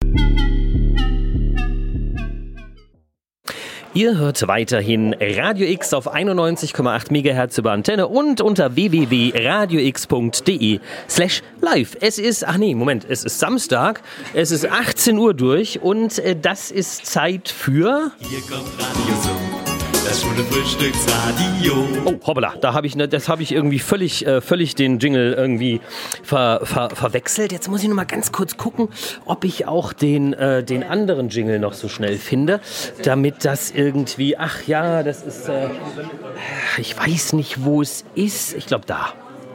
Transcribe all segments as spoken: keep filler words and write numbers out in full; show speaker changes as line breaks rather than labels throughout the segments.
Ihr hört weiterhin Radio X auf einundneunzig Komma acht Megahertz über Antenne und unter w w w punkt radio x punkt d e slash live. Es ist, ach nee, Moment, es ist Samstag, es ist achtzehn Uhr durch und äh, das ist Zeit für...
Hier kommt Radio Sub, das schwule Frühstücksradio.
Oh, hoppala, da habe ich, ne, das habe ich irgendwie völlig, äh, völlig den Jingle irgendwie ver, ver, verwechselt. Jetzt muss ich noch mal ganz kurz gucken, ob ich auch den, äh, den anderen Jingle noch so schnell finde, damit das irgendwie, ach ja, das ist, äh, ich weiß nicht, wo es ist. Ich glaube, da.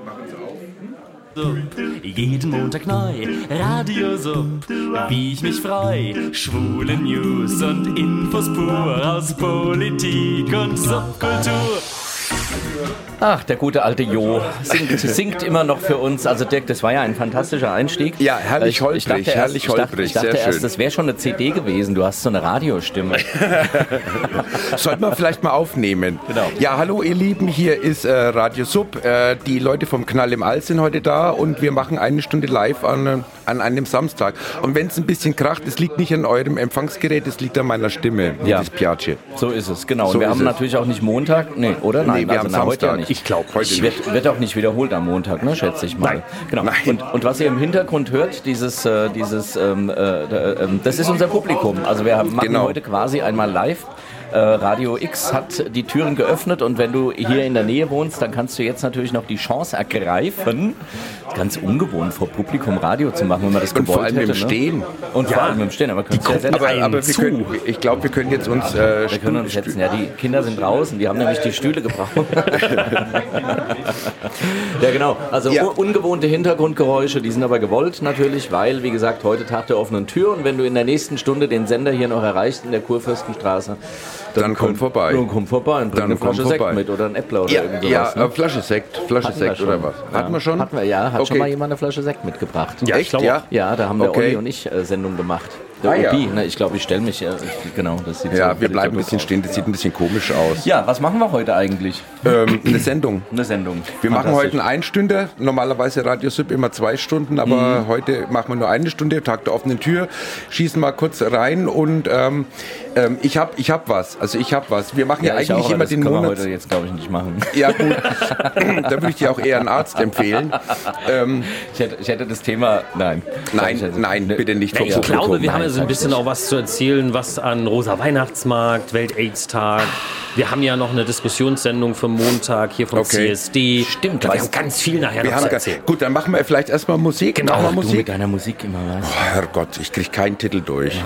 Jeden Montag neu, Radio Sub, wie ich mich freu. Schwule News und Infos pur aus Politik und Subkultur.
Ach, der gute alte Jo singt, singt immer noch für uns. Also Dirk, das war ja ein fantastischer Einstieg.
Ja, herrlich
ich,
holprig,
ich dachte
herrlich
erst,
holprig,
ich dachte,
sehr
ich dachte
schön.
erst, das wäre schon eine C D gewesen. Du hast so eine Radiostimme.
Sollten wir vielleicht mal aufnehmen.
Genau.
Ja, hallo ihr Lieben, hier ist äh, Radio Sub. Äh, die Leute vom Knall im All sind heute da und wir machen eine Stunde live an, an einem Samstag. Und wenn es ein bisschen kracht, es liegt nicht an eurem Empfangsgerät, es liegt an meiner Stimme,
Ja.
das Piace.
So ist es, genau.
So
und wir
ist
haben
es.
natürlich auch nicht Montag, nee, oder? Nein,
Nee, wir
also
haben
na, heute ja
Samstag.
nicht.
Ich glaube,
Heute
Es
nicht.
wird, wird auch nicht wiederholt am Montag, ne, schätze ich mal.
Nein.
Genau.
Nein.
Und, und was ihr im Hintergrund hört, dieses, äh, dieses, ähm, äh, äh, das ist unser Publikum. Also wir haben, machen
Genau.
heute quasi einmal live. Äh, Radio X hat die Türen geöffnet und wenn du hier in der Nähe wohnst, dann kannst du jetzt natürlich noch die Chance ergreifen, ganz ungewohnt vor Publikum Radio zu machen, wenn man das
Und
gewollt
vor allem
hätte.
mit dem Stehen.
Ne? Und vor allem mit dem Stehen, aber könntest ja selbst
Aber,
einem
aber wir
zu.
können, ich glaube, wir können jetzt uns... Äh,
wir können uns setzen. Ja, die Kinder sind draußen, die haben nämlich die Stühle gebraucht. Ja, genau. Also
Ja.
un- ungewohnte Hintergrundgeräusche, die sind aber gewollt natürlich, weil, wie gesagt, heute Tag der offenen Tür und wenn du in der nächsten Stunde den Sender hier noch erreichst in der Kurfürstenstraße,
Dann komm vorbei.
Dann komm vorbei und bring
Dann
eine Flasche
komm
Sekt
vorbei.
mit oder ein Äppler oder
ja,
irgend
ja
sowas. Ne?
äh, Flasche Sekt, Flasche
Hatten wir
Sekt
schon.
oder was?
Ja.
Hatten wir schon?
Hatten wir, ja. Hat
Okay.
schon mal jemand eine Flasche Sekt mitgebracht.
Ja, ich
Echt,
glaube
ja?
auch.
Ja, da haben der
Okay.
Olli und ich äh, Sendung gemacht. Der
Ah, ja.
Opi, ne, ich glaube, ich stelle mich, äh, genau, das sieht so
Ja, wir
völlig
bleiben ein
gut
bisschen
aus.
stehen, das sieht ein bisschen komisch aus.
Ja, was machen wir heute eigentlich?
Ähm, eine Sendung.
Eine Sendung.
Wir machen
Fantastisch.
heute einen Einstünder, normalerweise Radio Sub immer zwei Stunden, aber
Mhm.
heute machen wir nur eine Stunde, Tag der offenen Tür, schießen mal kurz rein und ähm, ähm, ich hab, ich hab was, also ich hab was. Wir machen ja,
Ja, ich
eigentlich
auch, aber
immer
das
den
können wir
Monat...
heute jetzt, glaube ich, nicht machen.
Ja gut, da würde ich dir auch eher einen Arzt empfehlen. Ähm,
Ich hätte, ich hätte das Thema, nein.
nein,
Ich hätte-
nein, bitte nicht vom
Ich
Publikum.
glaube, wir haben
Nein,
ja so ein bisschen
nicht.
auch was zu erzählen, was an Rosa Weihnachtsmarkt, Welt-Aids-Tag. Wir haben ja noch eine Diskussionsendung vom Montag hier vom
Okay.
C S D.
Stimmt,
Wir
weißt-
haben ganz viel nachher
Wir
noch
haben
zu
gar,
erzählen.
gut, dann machen wir vielleicht erstmal Musik.
Genau,
Machen wir
Du mit
Musik.
deiner Musik immer, weißt du?
Oh, Herrgott, ich krieg keinen Titel durch.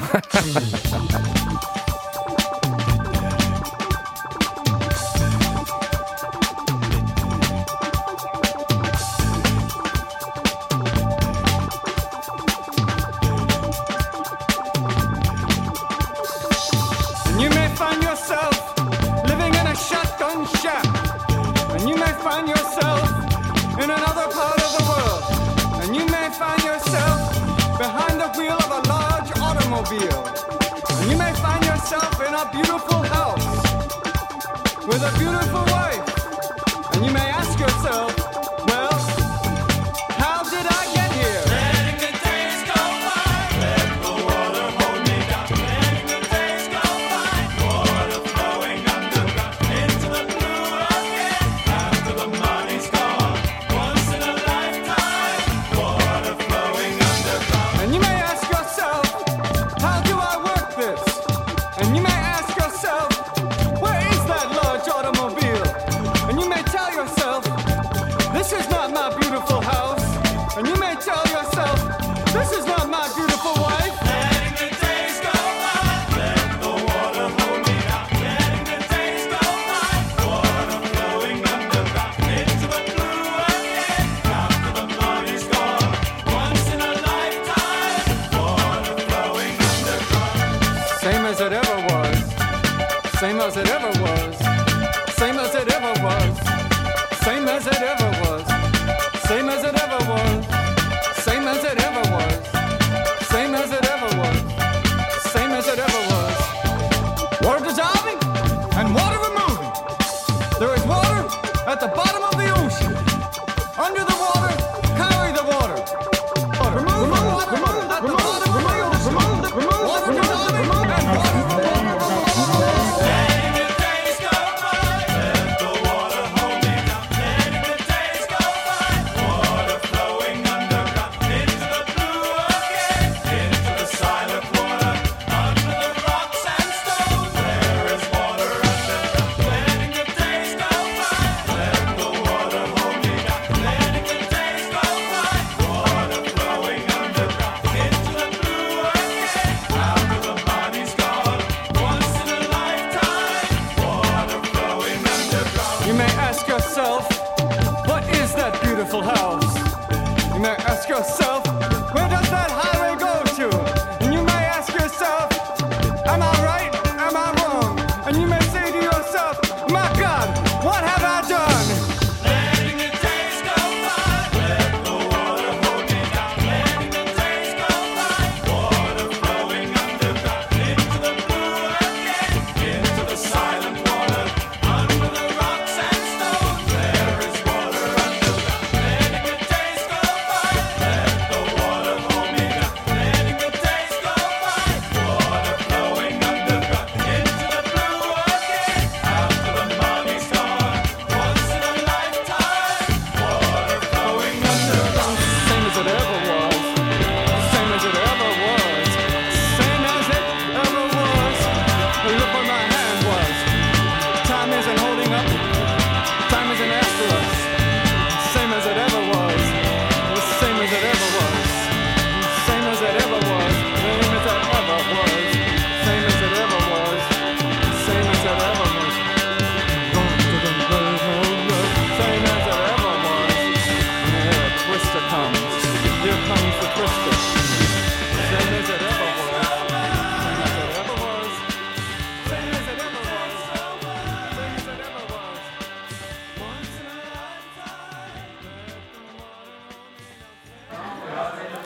You may find yourself living in a shotgun shack, and you may find yourself in another part of the world, and you may find yourself behind the wheel of a large automobile, and you may find yourself in a beautiful house with a beautiful wife, and you may ask yourself, well, how did I get here? Letting the days go by, let the water hold me down. Letting the days go by, water flowing underground into the blue again. After the money's gone, once in a lifetime, water flowing underground. And you may ask yourself, how do I work this? And you may ask yourself, where is that large automobile? And you may tell yourself, this is not my beautiful house. And you may tell yourself, this is not my beautiful wife. Letting the days go by, let the water hold me down. Letting the days go by, water flowing underground into the blue again. After the money's gone, once in a lifetime, water flowing underground. Same as it ever was, same as it ever was, same as it ever was, same as it ever was, same as it ever was, same as it ever was, same as it ever was, same as it ever was. Water dissolving and water removing. There is water at the bottom of the ocean. Under the water, carry the water. Remove the water at the bottom of the ocean.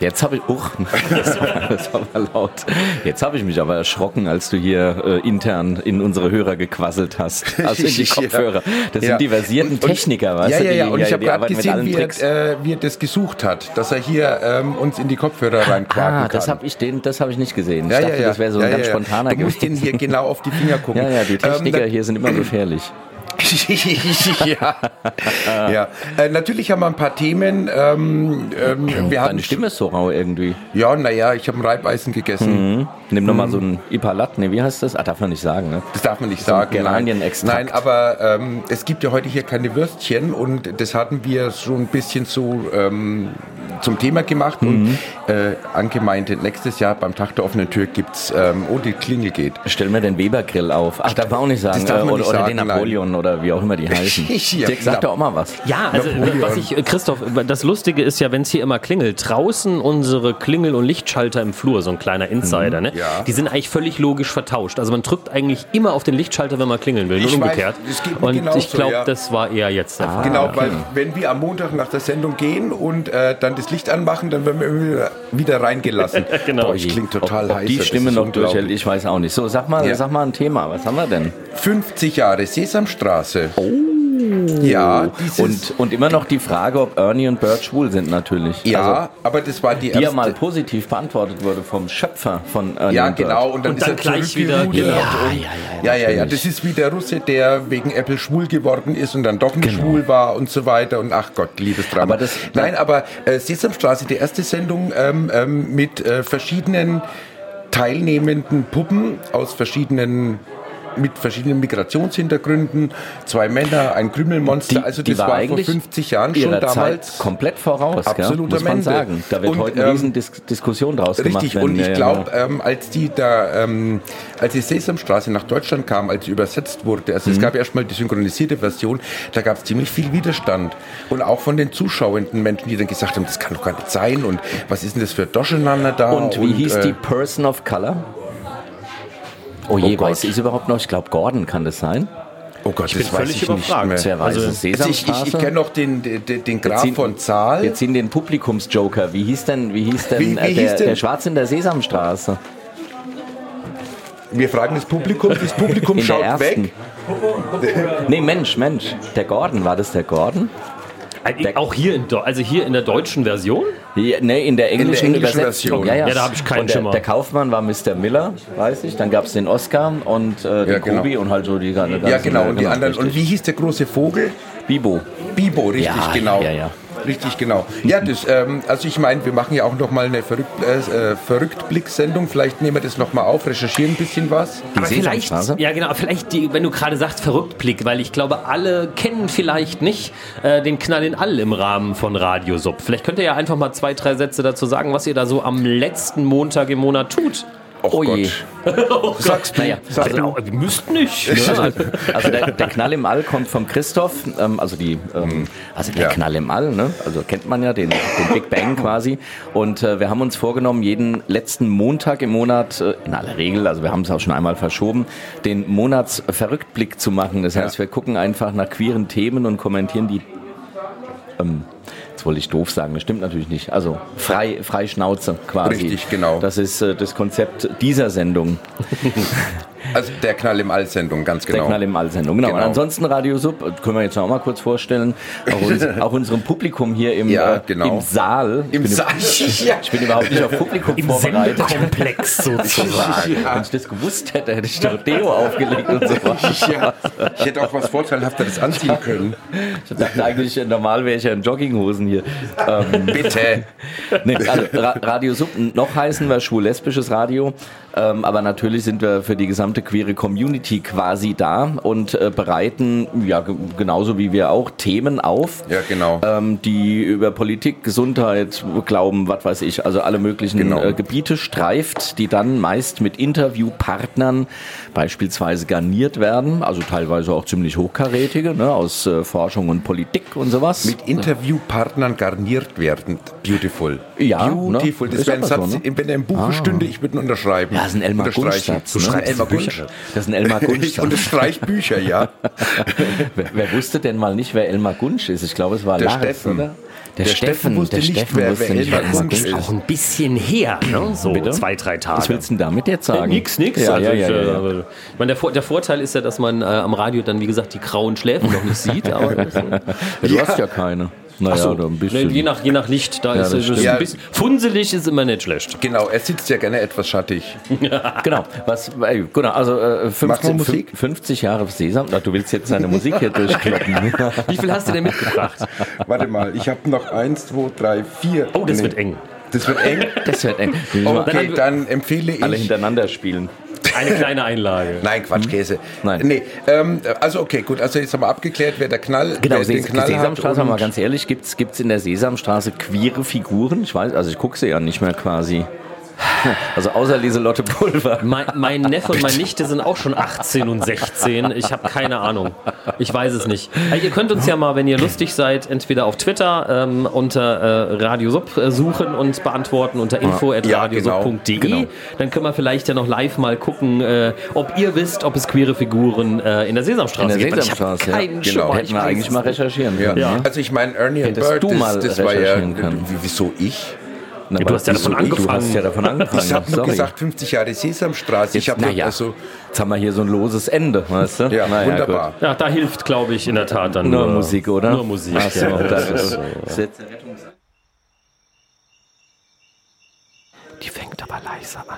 Jetzt habe ich, uch, das war aber laut. Jetzt habe ich mich aber erschrocken, als du hier äh, intern in unsere Hörer gequasselt hast. Also in die Kopfhörer. Das
Ja.
sind die versierten
Und- und-
Techniker, weißt
ja,
du?
ja, ja,
die,
und ich habe
die
gerade
arbeiten mit
gesehen,
allen
wie
Tricks.
er, äh, wie er das gesucht hat, dass er hier ähm, uns in die Kopfhörer reinquaken
Ah,
kann.
das habe ich den, das habe ich nicht gesehen. Ich
Ja,
dachte,
ja, ja.
das wäre so ein
ja,
ganz
ja, ja.
spontaner
Du musst
gewesen.
den hier genau auf die Finger gucken.
Ja, ja, die Techniker
Ähm,
hier sind immer gefährlich.
ja. ja. Äh, natürlich haben wir ein paar Themen. Ähm, ähm, wir haben,
Deine Stimme ist so rau irgendwie.
ja, naja, ich habe ein Reibeisen gegessen.
Mhm. Nimm doch mal so ein Ipalat, ne, wie heißt das? Ah, darf man nicht sagen, ne?
Das darf man nicht
So ein
sagen. Nein,
Geranienextrakt.
Nein, aber ähm, es gibt ja heute hier keine Würstchen und das hatten wir so ein bisschen so ähm, zum Thema gemacht
Mhm.
und äh, angemeint, nächstes Jahr beim Tag der offenen Tür gibt's, ähm, oh, die Klingel geht.
Stell mir den Weber-Grill auf. Ach, darf man auch nicht sagen.
Das darf man
oder
nicht
oder
sagen,
den Napoleon oder wie auch immer die heißen.
Ja,
Dirk, sag doch auch mal was.
Ja, also was ich, äh, Christoph, das Lustige ist ja, wenn es hier immer klingelt, draußen unsere Klingel- und Lichtschalter im Flur, so ein kleiner Insider, ne?
Ja.
Die sind eigentlich völlig logisch vertauscht. Also man drückt eigentlich immer auf den Lichtschalter, wenn man klingeln will, nur
Ich weiß,
umgekehrt.
das geht mir
Und
genauso,
ich glaube,
ja.
das war eher jetzt der Fall.
Genau, weil wenn wir am Montag nach der Sendung gehen und äh, dann das Licht anmachen, dann werden wir wieder, wieder reingelassen.
Genau.
Boah, ich klingt total
ob, ob
heiß.
die
das
Stimme
ist
noch
unglaublich.
durchhält, ich weiß auch nicht. So, sag mal,
Ja.
sag mal ein Thema. Was haben wir denn?
fünfzig Jahre Sesamstraße. Oh. Ja, dieses,
Und, und immer noch die Frage, ob Ernie und Bert schwul sind natürlich.
ja,
Also,
aber das war die
die ja
erste.
mal positiv beantwortet wurde vom Schöpfer von Ernie
Ja,
und Bert.
genau. Und dann,
Und
ist
dann
er
gleich wieder-
zurückgerudert
Ja,
und-
ja,
ja, ja, ja.
natürlich.
Das ist wie der Russe, der wegen Apple schwul geworden ist und dann doch nicht
Genau.
schwul war und so weiter. Und ach Gott, liebes Drama.
Aber das-
Nein, aber äh, Sesamstraße, die erste Sendung ähm, ähm, mit äh, verschiedenen teilnehmenden Puppen aus verschiedenen mit verschiedenen Migrationshintergründen, zwei Männer, ein Krümelmonster,
Die-
also
die
das
war
war, vor
eigentlich
fünfzig Jahren schon
ihrer
damals.
Zeit komplett voraus, gell?
Absoluter
muss man
Mende.
sagen. Da wird
Und,
heute eine
ähm,
riesen Dis Diskussion draus gemacht.
Richtig,
werden.
und
Ja,
ich
ja,
glaube,
ja.
ähm, als die da, ähm, als die Sesamstraße nach Deutschland kam, als sie übersetzt wurde, also
Mhm.
es gab erstmal die synchronisierte Version, da gab es ziemlich viel Widerstand. Und auch von den zuschauenden Menschen, die dann gesagt haben, das kann doch gar nicht sein und was ist denn das für Durcheinander da?
Und wie hieß
äh,
die Person of Color? Oh je,
Oh Gott.
weiß ich überhaupt noch? Ich glaube, Gordon kann das sein.
Oh Gott,
bin
das weiß
völlig
ich nicht
überfragt.
mehr.
Wer weiß
Also,
es?
Also ich ich,
Sesamstraße?
ich kenne noch den, den, den Graf
ziehen-
von Zahl.
Wir ziehen den Publikumsjoker. Wie hieß denn, wie hieß denn,
Wie- wie
äh,
hieß
der,
denn-
der Schwarz in der Sesamstraße?
Wir fragen das Publikum, das Publikum
In der
schaut
ersten.
weg.
Nee, Mensch, Mensch. Der Gordon, war das der Gordon?
Äh, Auch hier in, Deu- also hier in der deutschen Version?
Ja, nee, in der englischen,
englischen
Übersetzung.
Version.
Ja, ja.
Ja, da hab ich keinen
und der,
Schimmer.
der Kaufmann war Mister Miller, weiß ich. Dann gab es den Oscar und äh, den
Ja, genau.
Kobi und halt so die ganzen.
Ja, genau. Und die anderen. Und
richtig.
wie hieß der große Vogel?
Bibo.
Bibo, richtig,
Ja,
genau.
ja, ja.
Richtig, genau. Ja, das, ähm, also ich meine, wir machen ja auch noch mal eine Verrückt, äh, Verrücktblick-Sendung. Vielleicht nehmen wir das noch mal auf, recherchieren ein bisschen was.
Die
Aber vielleicht,
Sesamstraße?
ja genau, vielleicht, die, wenn du gerade sagst, Verrücktblick, weil ich glaube, alle kennen vielleicht nicht äh, den Knall in All im Rahmen von Radio Sub. Vielleicht könnt ihr ja einfach mal zwei, drei Sätze dazu sagen, was ihr da so am letzten Montag im Monat tut.
Och
Oh je.
Sagst du?
Naja,
Sag
also-
Genau, ihr müsst nicht.
Ja,
Ne?
also, also der, der Knall im All kommt vom Christoph, ähm, also die, ähm, also der
Ja.
Knall im All, ne? Also kennt man ja den, den Big Bang quasi. Und äh, wir haben uns vorgenommen, jeden letzten Montag im Monat, äh, in aller Regel, also wir haben es auch schon einmal verschoben, den Monatsverrücktblick zu machen. Das heißt,
Ja.
wir gucken einfach nach queeren Themen und kommentieren die. Ähm, Jetzt wollte ich doof sagen, das stimmt natürlich nicht. Also frei, frei Schnauze quasi.
Richtig, genau.
Das ist äh, das Konzept dieser Sendung.
Also der Knall im All-Sendung, ganz genau.
Der Knall im All-Sendung. Genau.
Genau.
Und ansonsten Radio Sub, können wir jetzt auch mal kurz vorstellen, auch, uns, auch unserem Publikum hier im,
Ja,
äh,
genau.
im Saal. Ich
Im
bin,
Saal, ja.
Ich bin überhaupt nicht auf Publikum
Im
vorbereitet.
Sendekomplex sozusagen.
Ja.
Wenn ich das gewusst hätte, hätte ich doch Deo aufgelegt und so weiter.
Ja, ich hätte auch was Vorteilhafteres anziehen können.
Ich dachte eigentlich, äh, normal wäre ich ja in Jogginghosen hier. Ähm,
Bitte.
nee, also Ra Radio Sub, noch heißen wir schwul-lesbisches Radio, ähm, aber natürlich sind wir für die gesamte queere Community quasi da und äh, bereiten, ja, ge- genauso wie wir auch, Themen auf,
Ja, genau.
ähm, die über Politik, Gesundheit, Glauben, was weiß ich, also alle möglichen
Genau.
äh, Gebiete streift, die dann meist mit Interviewpartnern beispielsweise garniert werden, also teilweise auch ziemlich hochkarätige, ne, aus äh, Forschung und Politik und sowas.
Mit Interviewpartnern garniert werden. Beautiful.
Ja,
Beautiful.
ne?
Das
Ist
wäre ein
aber
Satz,
so, ne?
wenn er im Buche stünde, ich würde ihn unterschreiben.
Ja, das ist ein Elmar
Unterstreichen.
Gunsch-Satz,
Du
ne?
schreibst
Elmar
Bücher?
Gunsch. Das ist ein Elmar Gunsch.
Ich unterstreiche Bücher, ja.
wer, wer wusste denn mal nicht, wer Elmar Gunsch ist? Ich glaube, es war
Der
Lars,
Steffen.
oder?
Der Steffen wusste
der
nicht,
Steffen
wer-
wusste
wer
nicht,
Elmar
wer Elmar
Gunsch
Gunsch
ist.
ist.
Auch ein bisschen her, ne? So
Bitte?
zwei, drei Tage.
Was willst du denn damit jetzt sagen?
Äh, nix, nix.
Ja,
also
ja,
ich,
ja,
äh,
ja.
aber- Ich meine, der, Vor der Vorteil ist ja, dass man äh, am Radio dann, wie gesagt, die grauen Schläfen noch nicht sieht. Aber das, äh,
Ja, du hast ja keine. Naja,
so,
oder ein bisschen.
je, nach, je nach Licht, da
Ja,
ist
das
es
stimmt.
ein
Ja.
bisschen. Funselig ist immer nicht schlecht.
Genau, er sitzt ja gerne etwas schattig.
Genau, was, äh, genau, also äh,
Machen wir
fünfzig,
Musik?
fünfzig Jahre Sesam. Na, du willst jetzt deine Musik hier durchkloppen.
Wie viel hast du denn mitgebracht?
Warte mal, ich habe noch eins, zwei, drei, vier.
Oh, das
Nee.
wird eng.
Das wird eng.
Das wird eng.
Okay, dann empfehle
Alle
ich...
hintereinander spielen.
Eine kleine Einlage.
Nein, Quatsch, Käse.
Nein.
Nee, ähm, also okay, gut, also jetzt haben wir abgeklärt, wer der Knall,
Genau,
wer den
Ses
Knall
Sesamstraße,
hat.
mal
und-
ganz ehrlich, gibt es in der Sesamstraße queere Figuren? Ich weiß, also ich gucke sie ja nicht mehr quasi. Also außer Lieselotte Pulver.
Mein, mein Neffe und meine Nichte sind auch schon achtzehn und sechzehn. Ich habe keine Ahnung. Ich weiß es nicht. Also ihr könnt uns ja mal, wenn ihr lustig seid, entweder auf Twitter ähm, unter äh, Radio Sub äh, suchen und beantworten unter info at
Ja,
radiosub punkt de.
genau, genau.
Dann können wir vielleicht ja noch live mal gucken, äh, ob ihr wisst, ob es queere Figuren äh, in der Sesamstraße
In der
gibt. Und
Sesamstraße,
ich
ja.
habe keinen
Genau.
Schimmer.
Hätten
Ich
wir
weiß
eigentlich
es
mal
nicht.
recherchieren
Ja.
können.
Ja.
Also ich meine, Ernie and
Hättest
Bert,
du
das,
mal
das war ja...
recherchieren können.
Wie, wieso ich?
Na,
du
aber
hast ja
wieso
davon
ich? Du
angefangen.
hast ja davon angefangen.
Ich habe nur
Sorry.
gesagt fünfzig Jahre Sesamstraße. Ich
Jetzt,
habe
naja,
also
jetzt haben wir hier so ein loses Ende, weißt du?
ja,
Naja,
wunderbar.
gut.
Ja, da hilft, glaube ich, in der Tat dann
Nur Musik, oder?
Nur Musik.
Ach so,
ja.
das
Das
ist,
ist,
das ist jetzt der Rettungs-
die fängt aber leise an.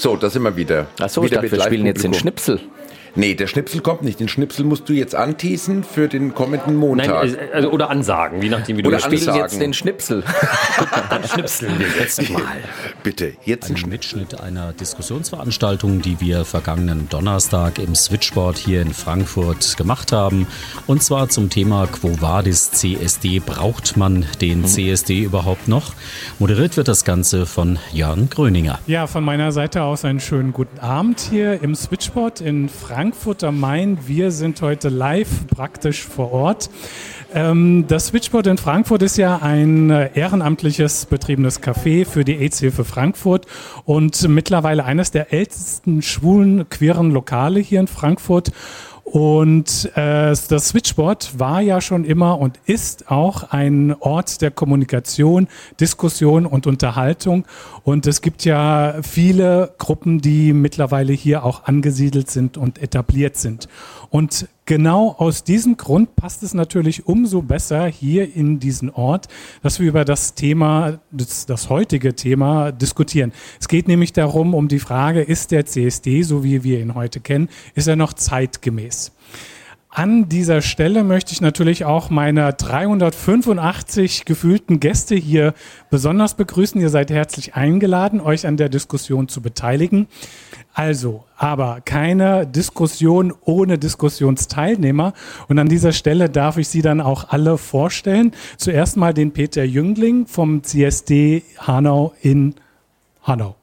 So, da sind wir wieder.
Achso, ich
wieder
dachte, wir spielen jetzt den Schnipsel.
Nee, der Schnipsel kommt nicht. Den Schnipsel musst du jetzt anteasen für den kommenden Montag.
Nein, also, oder ansagen, je nachdem, wie du
Wir
das
spielen
ansagen.
jetzt den Schnipsel.
Dann schnipseln wir jetzt mal.
Bitte, jetzt ein
Ein
Schnipsel.
Mitschnitt einer Diskussionsveranstaltung, die wir vergangenen Donnerstag im Switchboard hier in Frankfurt gemacht haben. Und zwar zum Thema Quo Vadis C S D. Braucht man den C S D überhaupt noch? Moderiert wird das Ganze von Jörn Gröninger.
Ja, von meiner Seite aus einen schönen guten Abend hier im Switchboard in Frankfurt am Main. Wir sind heute live praktisch vor Ort. Ähm, das Switchboard in Frankfurt ist ja ein äh, ehrenamtliches betriebenes Café für die AIDS-Hilfe Frankfurt und mittlerweile eines der ältesten schwulen, queeren Lokale hier in Frankfurt. Und äh, das Switchboard war ja schon immer und ist auch ein Ort der Kommunikation, Diskussion und Unterhaltung. Und es gibt ja viele Gruppen, die mittlerweile hier auch angesiedelt sind und etabliert sind. Und genau aus diesem Grund passt es natürlich umso besser hier in diesen Ort, dass wir über das Thema, das, das heutige Thema diskutieren. Es geht nämlich darum, um die Frage, ist der C S D, so wie wir ihn heute kennen, ist er noch zeitgemäß? An dieser Stelle möchte ich natürlich auch meine dreihundertfünfundachtzig gefühlten Gäste hier besonders begrüßen. Ihr seid herzlich eingeladen, euch an der Diskussion zu beteiligen. Also, aber keine Diskussion ohne Diskussionsteilnehmer. Und an dieser Stelle darf ich Sie dann auch alle vorstellen. Zuerst mal den Peter Jüngling vom C S D Hanau in Hanau.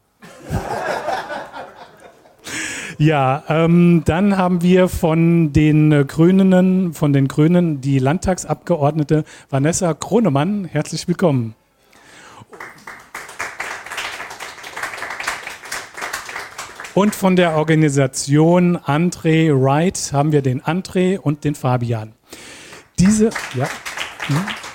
Ja, ähm, dann haben wir von den äh, Grünen, von den Grünen die Landtagsabgeordnete Vanessa Kronemann. Herzlich willkommen. Und von der Organisation André Wright haben wir den André und den Fabian. Diese, ja. Hm.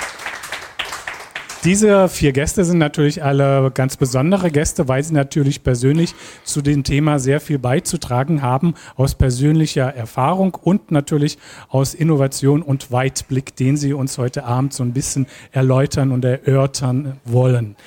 Diese vier Gäste sind natürlich alle ganz besondere Gäste, weil sie natürlich persönlich zu dem Thema sehr viel beizutragen haben, aus persönlicher Erfahrung und natürlich aus Innovation und Weitblick, den sie uns heute Abend so ein bisschen erläutern und erörtern wollen.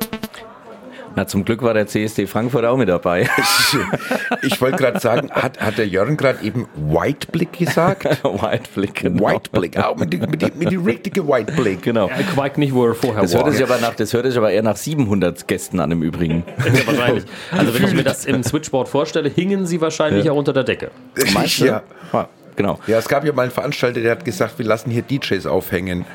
Na, zum Glück war der C S D Frankfurt auch mit dabei.
Ich wollte gerade sagen, hat, hat der Jörn gerade eben Whiteblick gesagt?
Whiteblick, genau.
Whiteblick, auch mit dem mit die, mit die richtige Whiteblick.
Genau.
Er quakt nicht, wo er vorher
Das
war.
hörte, sich aber nach, das hörte sich aber eher nach siebenhundert Gästen an im Übrigen.
Ja, wahrscheinlich. Also wenn ich mir das im Switchboard vorstelle, hingen sie wahrscheinlich
Ja.
auch unter der Decke.
Meinst du?
Ja.
Ja, genau.
Ja, es gab ja mal einen Veranstalter, der hat gesagt, wir lassen hier D Js aufhängen.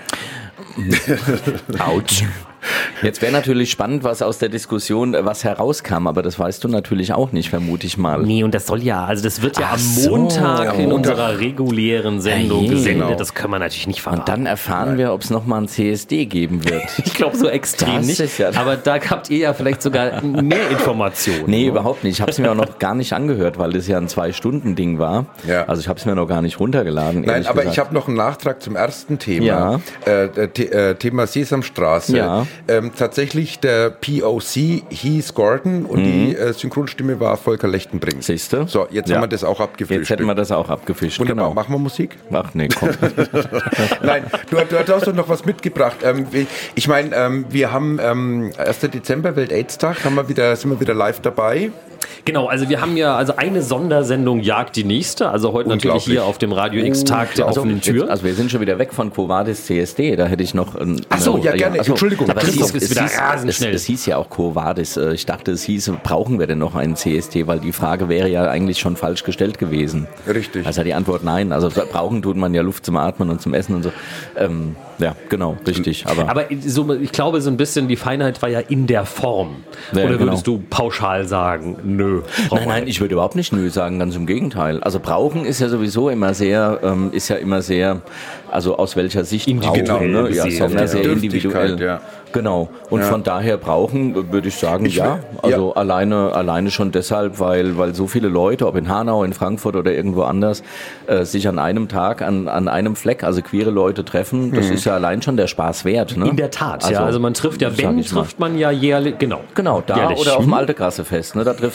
Autsch. Jetzt wäre natürlich spannend, was aus der Diskussion, was herauskam, aber das weißt du natürlich auch nicht, vermute ich mal.
Nee, und das soll ja, also das wird ja
Ach
am
so,
Montag
am
in
Montag.
unserer regulären Sendung
Ja,
gesendet.
genau.
Das können wir natürlich nicht verraten.
Und dann erfahren wir, ob es nochmal ein C S D geben wird.
Ich glaube so extrem
Das
nicht,
ist ja-
aber da habt ihr ja vielleicht sogar mehr Informationen.
Nee, überhaupt nicht. Ich habe es mir auch noch gar nicht angehört, weil das ja ein Zwei-Stunden-Ding war.
Ja.
Also ich habe es mir noch gar nicht runtergeladen.
Nein,
ehrlich
aber
gesagt.
ich habe noch einen Nachtrag zum ersten Thema.
Ja.
Äh, The äh, Thema Sesamstraße.
Ja.
Ähm, tatsächlich, der P O C hieß Gordon und die äh, Synchronstimme war Volker Lechtenbrink.
Siehste?
So, jetzt
Ja.
haben wir das auch
Jetzt
abgefrühstückt.
hätten wir das auch abgefischt.
Wunderbar.
Genau.
Machen wir Musik?
Ach nee, komm.
Nein, du, du hast doch noch was mitgebracht. Ähm, ich meine, ähm, wir haben ähm, ersten Dezember, Welt-Aids-Tag, haben wir wieder, sind wir wieder live dabei.
Genau, also wir haben ja also eine Sondersendung jagt die nächste, also heute natürlich
Unglaublich.
hier auf dem Radio X Tag der
Also,
offenen Tür.
jetzt, also wir sind schon wieder weg von Quo Vadis C S D, da hätte ich noch... Ein,
Ach so,
eine-
ja, gerne. Entschuldigung.
Aber es
Christoph
hieß,
ist
es,
wieder
hieß,
rasend
es,
schnell.
es hieß ja auch Quo Vadis. Äh, Ich dachte, es hieß, brauchen wir denn noch einen C S D, weil die Frage wäre ja eigentlich schon falsch gestellt gewesen.
Richtig.
Also die Antwort nein. Also brauchen tut man ja Luft zum Atmen und zum Essen und so. Ähm, ja, genau, richtig. Aber,
Aber so, ich glaube, so ein bisschen die Feinheit war ja in der Form.
Ja,
Oder würdest
genau.
du pauschal sagen, nö? braucht
Nein,
man
nein,
nicht?
ich würde überhaupt nicht nö sagen, ganz im Gegenteil. Also brauchen ist ja sowieso immer sehr, ähm, ist ja immer sehr, also aus welcher Sicht
Individuell
brauchen, ne? Ja,
gesehen,
sehr,
ja.
sehr individuell.
Bedürftigkeit, ja.
Genau. Und
Ja.
von daher brauchen, würde ich sagen,
Ich
ja.
will-
Also
ja.
alleine, alleine schon deshalb, weil, weil so viele Leute, ob in Hanau, in Frankfurt oder irgendwo anders, äh, sich an einem Tag, an, an einem Fleck, also queere Leute treffen, das ist ja allein schon der Spaß wert. Ne?
In der Tat, ja. Also man trifft ja,
sag
wenn,
ich mal.
trifft man ja jährlich, genau.
Genau, da
Jährlich.
oder auf dem
Mhm.
Alte Grasse Fest. Ne? Da triffst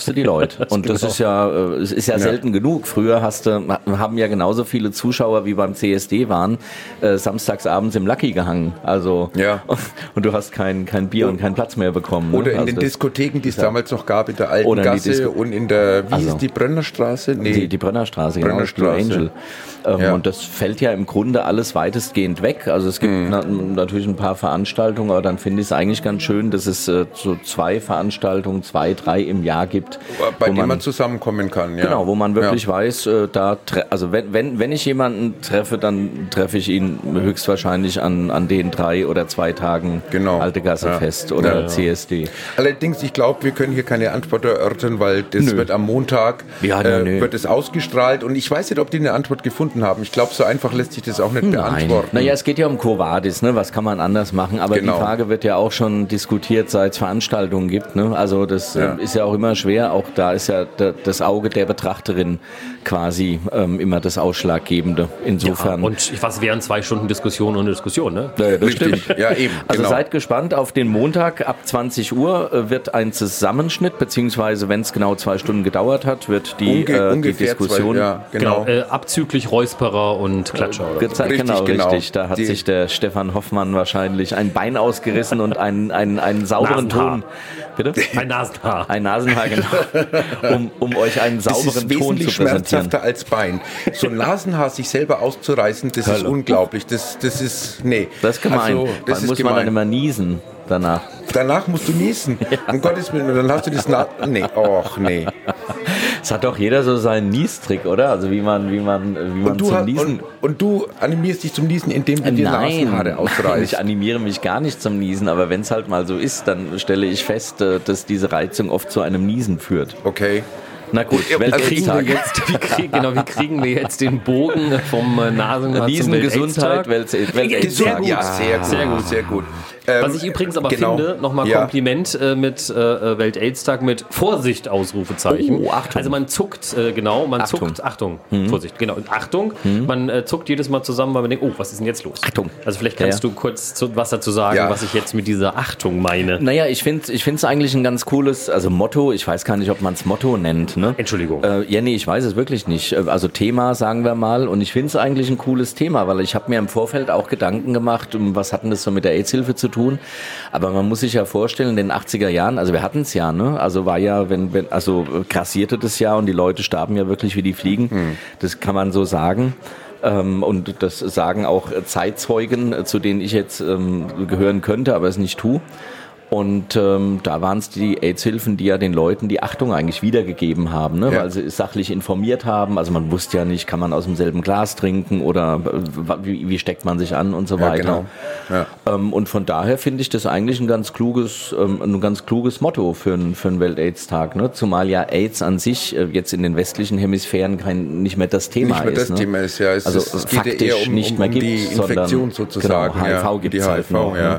fragst du die Leute. Und das ist ja, äh, es ist ja, ja selten genug. Früher hast du, haben ja genauso viele Zuschauer wie beim C S D waren, äh, samstags abends im Lucky gehangen. Also,
ja.
und du hast kein, kein Bier und keinen Platz mehr bekommen. Ne?
Oder in
also
den
das,
Diskotheken, die es damals noch gab, in der Alten Gasse und in der, wie
also,
hieß die, Brönnerstraße? Nee.
Die, die Brönnerstraße, genau,
Brönnerstraße.
Angel. Ähm,
ja.
Und das fällt ja im Grunde alles weitestgehend weg. Also es gibt mhm. na, natürlich ein paar Veranstaltungen, aber dann finde ich es eigentlich ganz schön, dass es äh, so zwei Veranstaltungen, zwei, drei im Jahr gibt.
Bei denen man, man zusammenkommen kann, ja.
Genau, wo man wirklich
ja.
weiß, äh, da, tre- also wenn, wenn, wenn ich jemanden treffe, dann treffe ich ihn höchstwahrscheinlich an, an den drei oder zwei Tagen
genau.
Alte Gasse
ja.
Fest oder
ja.
C S D.
Allerdings, ich glaube, wir können hier keine Antwort erörtern, weil das nö. wird am Montag
ja,
äh, wird es ausgestrahlt und ich weiß nicht, ob die eine Antwort gefunden haben. Ich glaube, so einfach lässt sich das auch nicht
Nein.
beantworten.
Naja, es geht ja um Quo Vadis, ne? Was kann man anders machen? Aber genau. die Frage wird ja auch schon diskutiert, seit es Veranstaltungen gibt. Ne? Also das ja. äh, ist ja auch immer schwer. Auch da ist ja d- das Auge der Betrachterin quasi ähm, immer das Ausschlaggebende. Insofern.
Ja, und was wären zwei Stunden Diskussion und Diskussion, ne?
Ja, das stimmt.
Ja, eben.
Also
genau.
seid gespannt auf den Montag ab zwanzig Uhr äh, wird ein Zusammenschnitt, beziehungsweise wenn es genau zwei Stunden gedauert hat, wird die,
Unge-
äh, die Diskussion
zwei, ja, genau.
genau äh, abzüglich Räusperer und Klatscher. Oder
gezeigt.
Richtig,
genau,
genau.
richtig. Da hat
die
sich der Stefan Hoffmann wahrscheinlich ein Bein ausgerissen und einen, einen, einen sauberen
Nasenhaar.
Ton. Bitte?
Ein Nasenhaar.
Ein Nasenhaar, genau. Um, um euch einen sauberen
das ist
Ton
wesentlich
zu präsentieren.
schmerzhafter als Bein. So ein Nasenhaar sich selber auszureißen, das ist
Hölle.
unglaublich. Das, das ist, nee.
Das ist gemein.
Also, das
Dann
ist
muss
gemein.
man dann immer niesen danach.
Danach musst du niesen. Ja. Um Gottes Willen, und dann hast du das Na- Nee, och, nee.
Es hat doch jeder so seinen Niestrick, oder? Also wie man, wie man, wie man
Und du,
zum
hast,
Niesen...
und, und du animierst dich zum Niesen, indem du dir
Nein,
Nasenhaare ausreißt.
ich animiere mich gar nicht zum Niesen, aber wenn es halt mal so ist, dann stelle ich fest, äh, dass diese Reizung oft zu einem Niesen führt.
Okay.
Na gut,
Wie kriegen, wir
Weltaids-Tag.
jetzt, wie, krieg, genau, wie kriegen wir jetzt den Bogen vom äh, Nasenhaar zum
Niesen, Gesundheit,
Weltaids-Tag?
Weltaids-Tag.
Sehr gut, ja, sehr gut, sehr gut, sehr gut. Ähm,
Was ich übrigens aber
genau.
finde, nochmal
Ja.
Kompliment äh, mit äh, Welt-Aids-Tag mit Vorsicht, Ausrufezeichen.
Oh, Achtung.
Also man zuckt, äh, genau, man
Achtung.
zuckt, Achtung, Vorsicht, genau, und Achtung, man äh, zuckt jedes Mal zusammen, weil man denkt, oh, was ist denn jetzt los?
Achtung.
Also vielleicht kannst
Ja,
du kurz zu, was dazu sagen,
Ja.
was ich jetzt mit dieser Achtung meine.
Naja, ich finde ich finde es eigentlich ein ganz cooles, also Motto, ich weiß gar nicht, ob man es Motto nennt. Ne?
Entschuldigung.
Äh, ja, nee, ich weiß es wirklich nicht. Äh, Also Thema, sagen wir mal, und ich finde es eigentlich ein cooles Thema, weil ich habe mir im Vorfeld auch Gedanken gemacht, um was hat denn das so mit der AIDS-Hilfe zu tun? Aber man muss sich ja vorstellen, in den achtziger Jahren, also wir hatten es ja, ne? Also war ja, wenn, wenn, also grassierte das ja und die Leute starben ja wirklich wie die Fliegen.
Hm.
Das kann man so sagen. Ähm, und das sagen auch Zeitzeugen, äh, zu denen ich jetzt ähm, gehören könnte, aber es nicht tue. Und ähm, da waren es die AIDS-Hilfen, die ja den Leuten die Achtung eigentlich wiedergegeben haben, ne?
Ja.
Weil sie sachlich informiert haben. Also man wusste ja nicht, kann man aus demselben Glas trinken oder äh, wie, wie steckt man sich an und so
Ja,
weiter.
genau. Ja.
Ähm, und von daher finde ich das eigentlich ein ganz kluges, ähm, ein ganz kluges Motto für, ein, für einen Welt-AIDS-Tag. Ne? Zumal ja AIDS an sich äh, jetzt in den westlichen Hemisphären kein, nicht mehr das Thema
Nicht mehr
ist.
das
ne?
Thema ist, ja. Es,
Also
ist, es geht ja
faktisch
eher um,
nicht
um,
mehr
um
gibt,
die Infektion
sondern,
sozusagen.
Genau, H I V
ja,
gibt's
die H I
halt
V,
noch,
ja.
ne?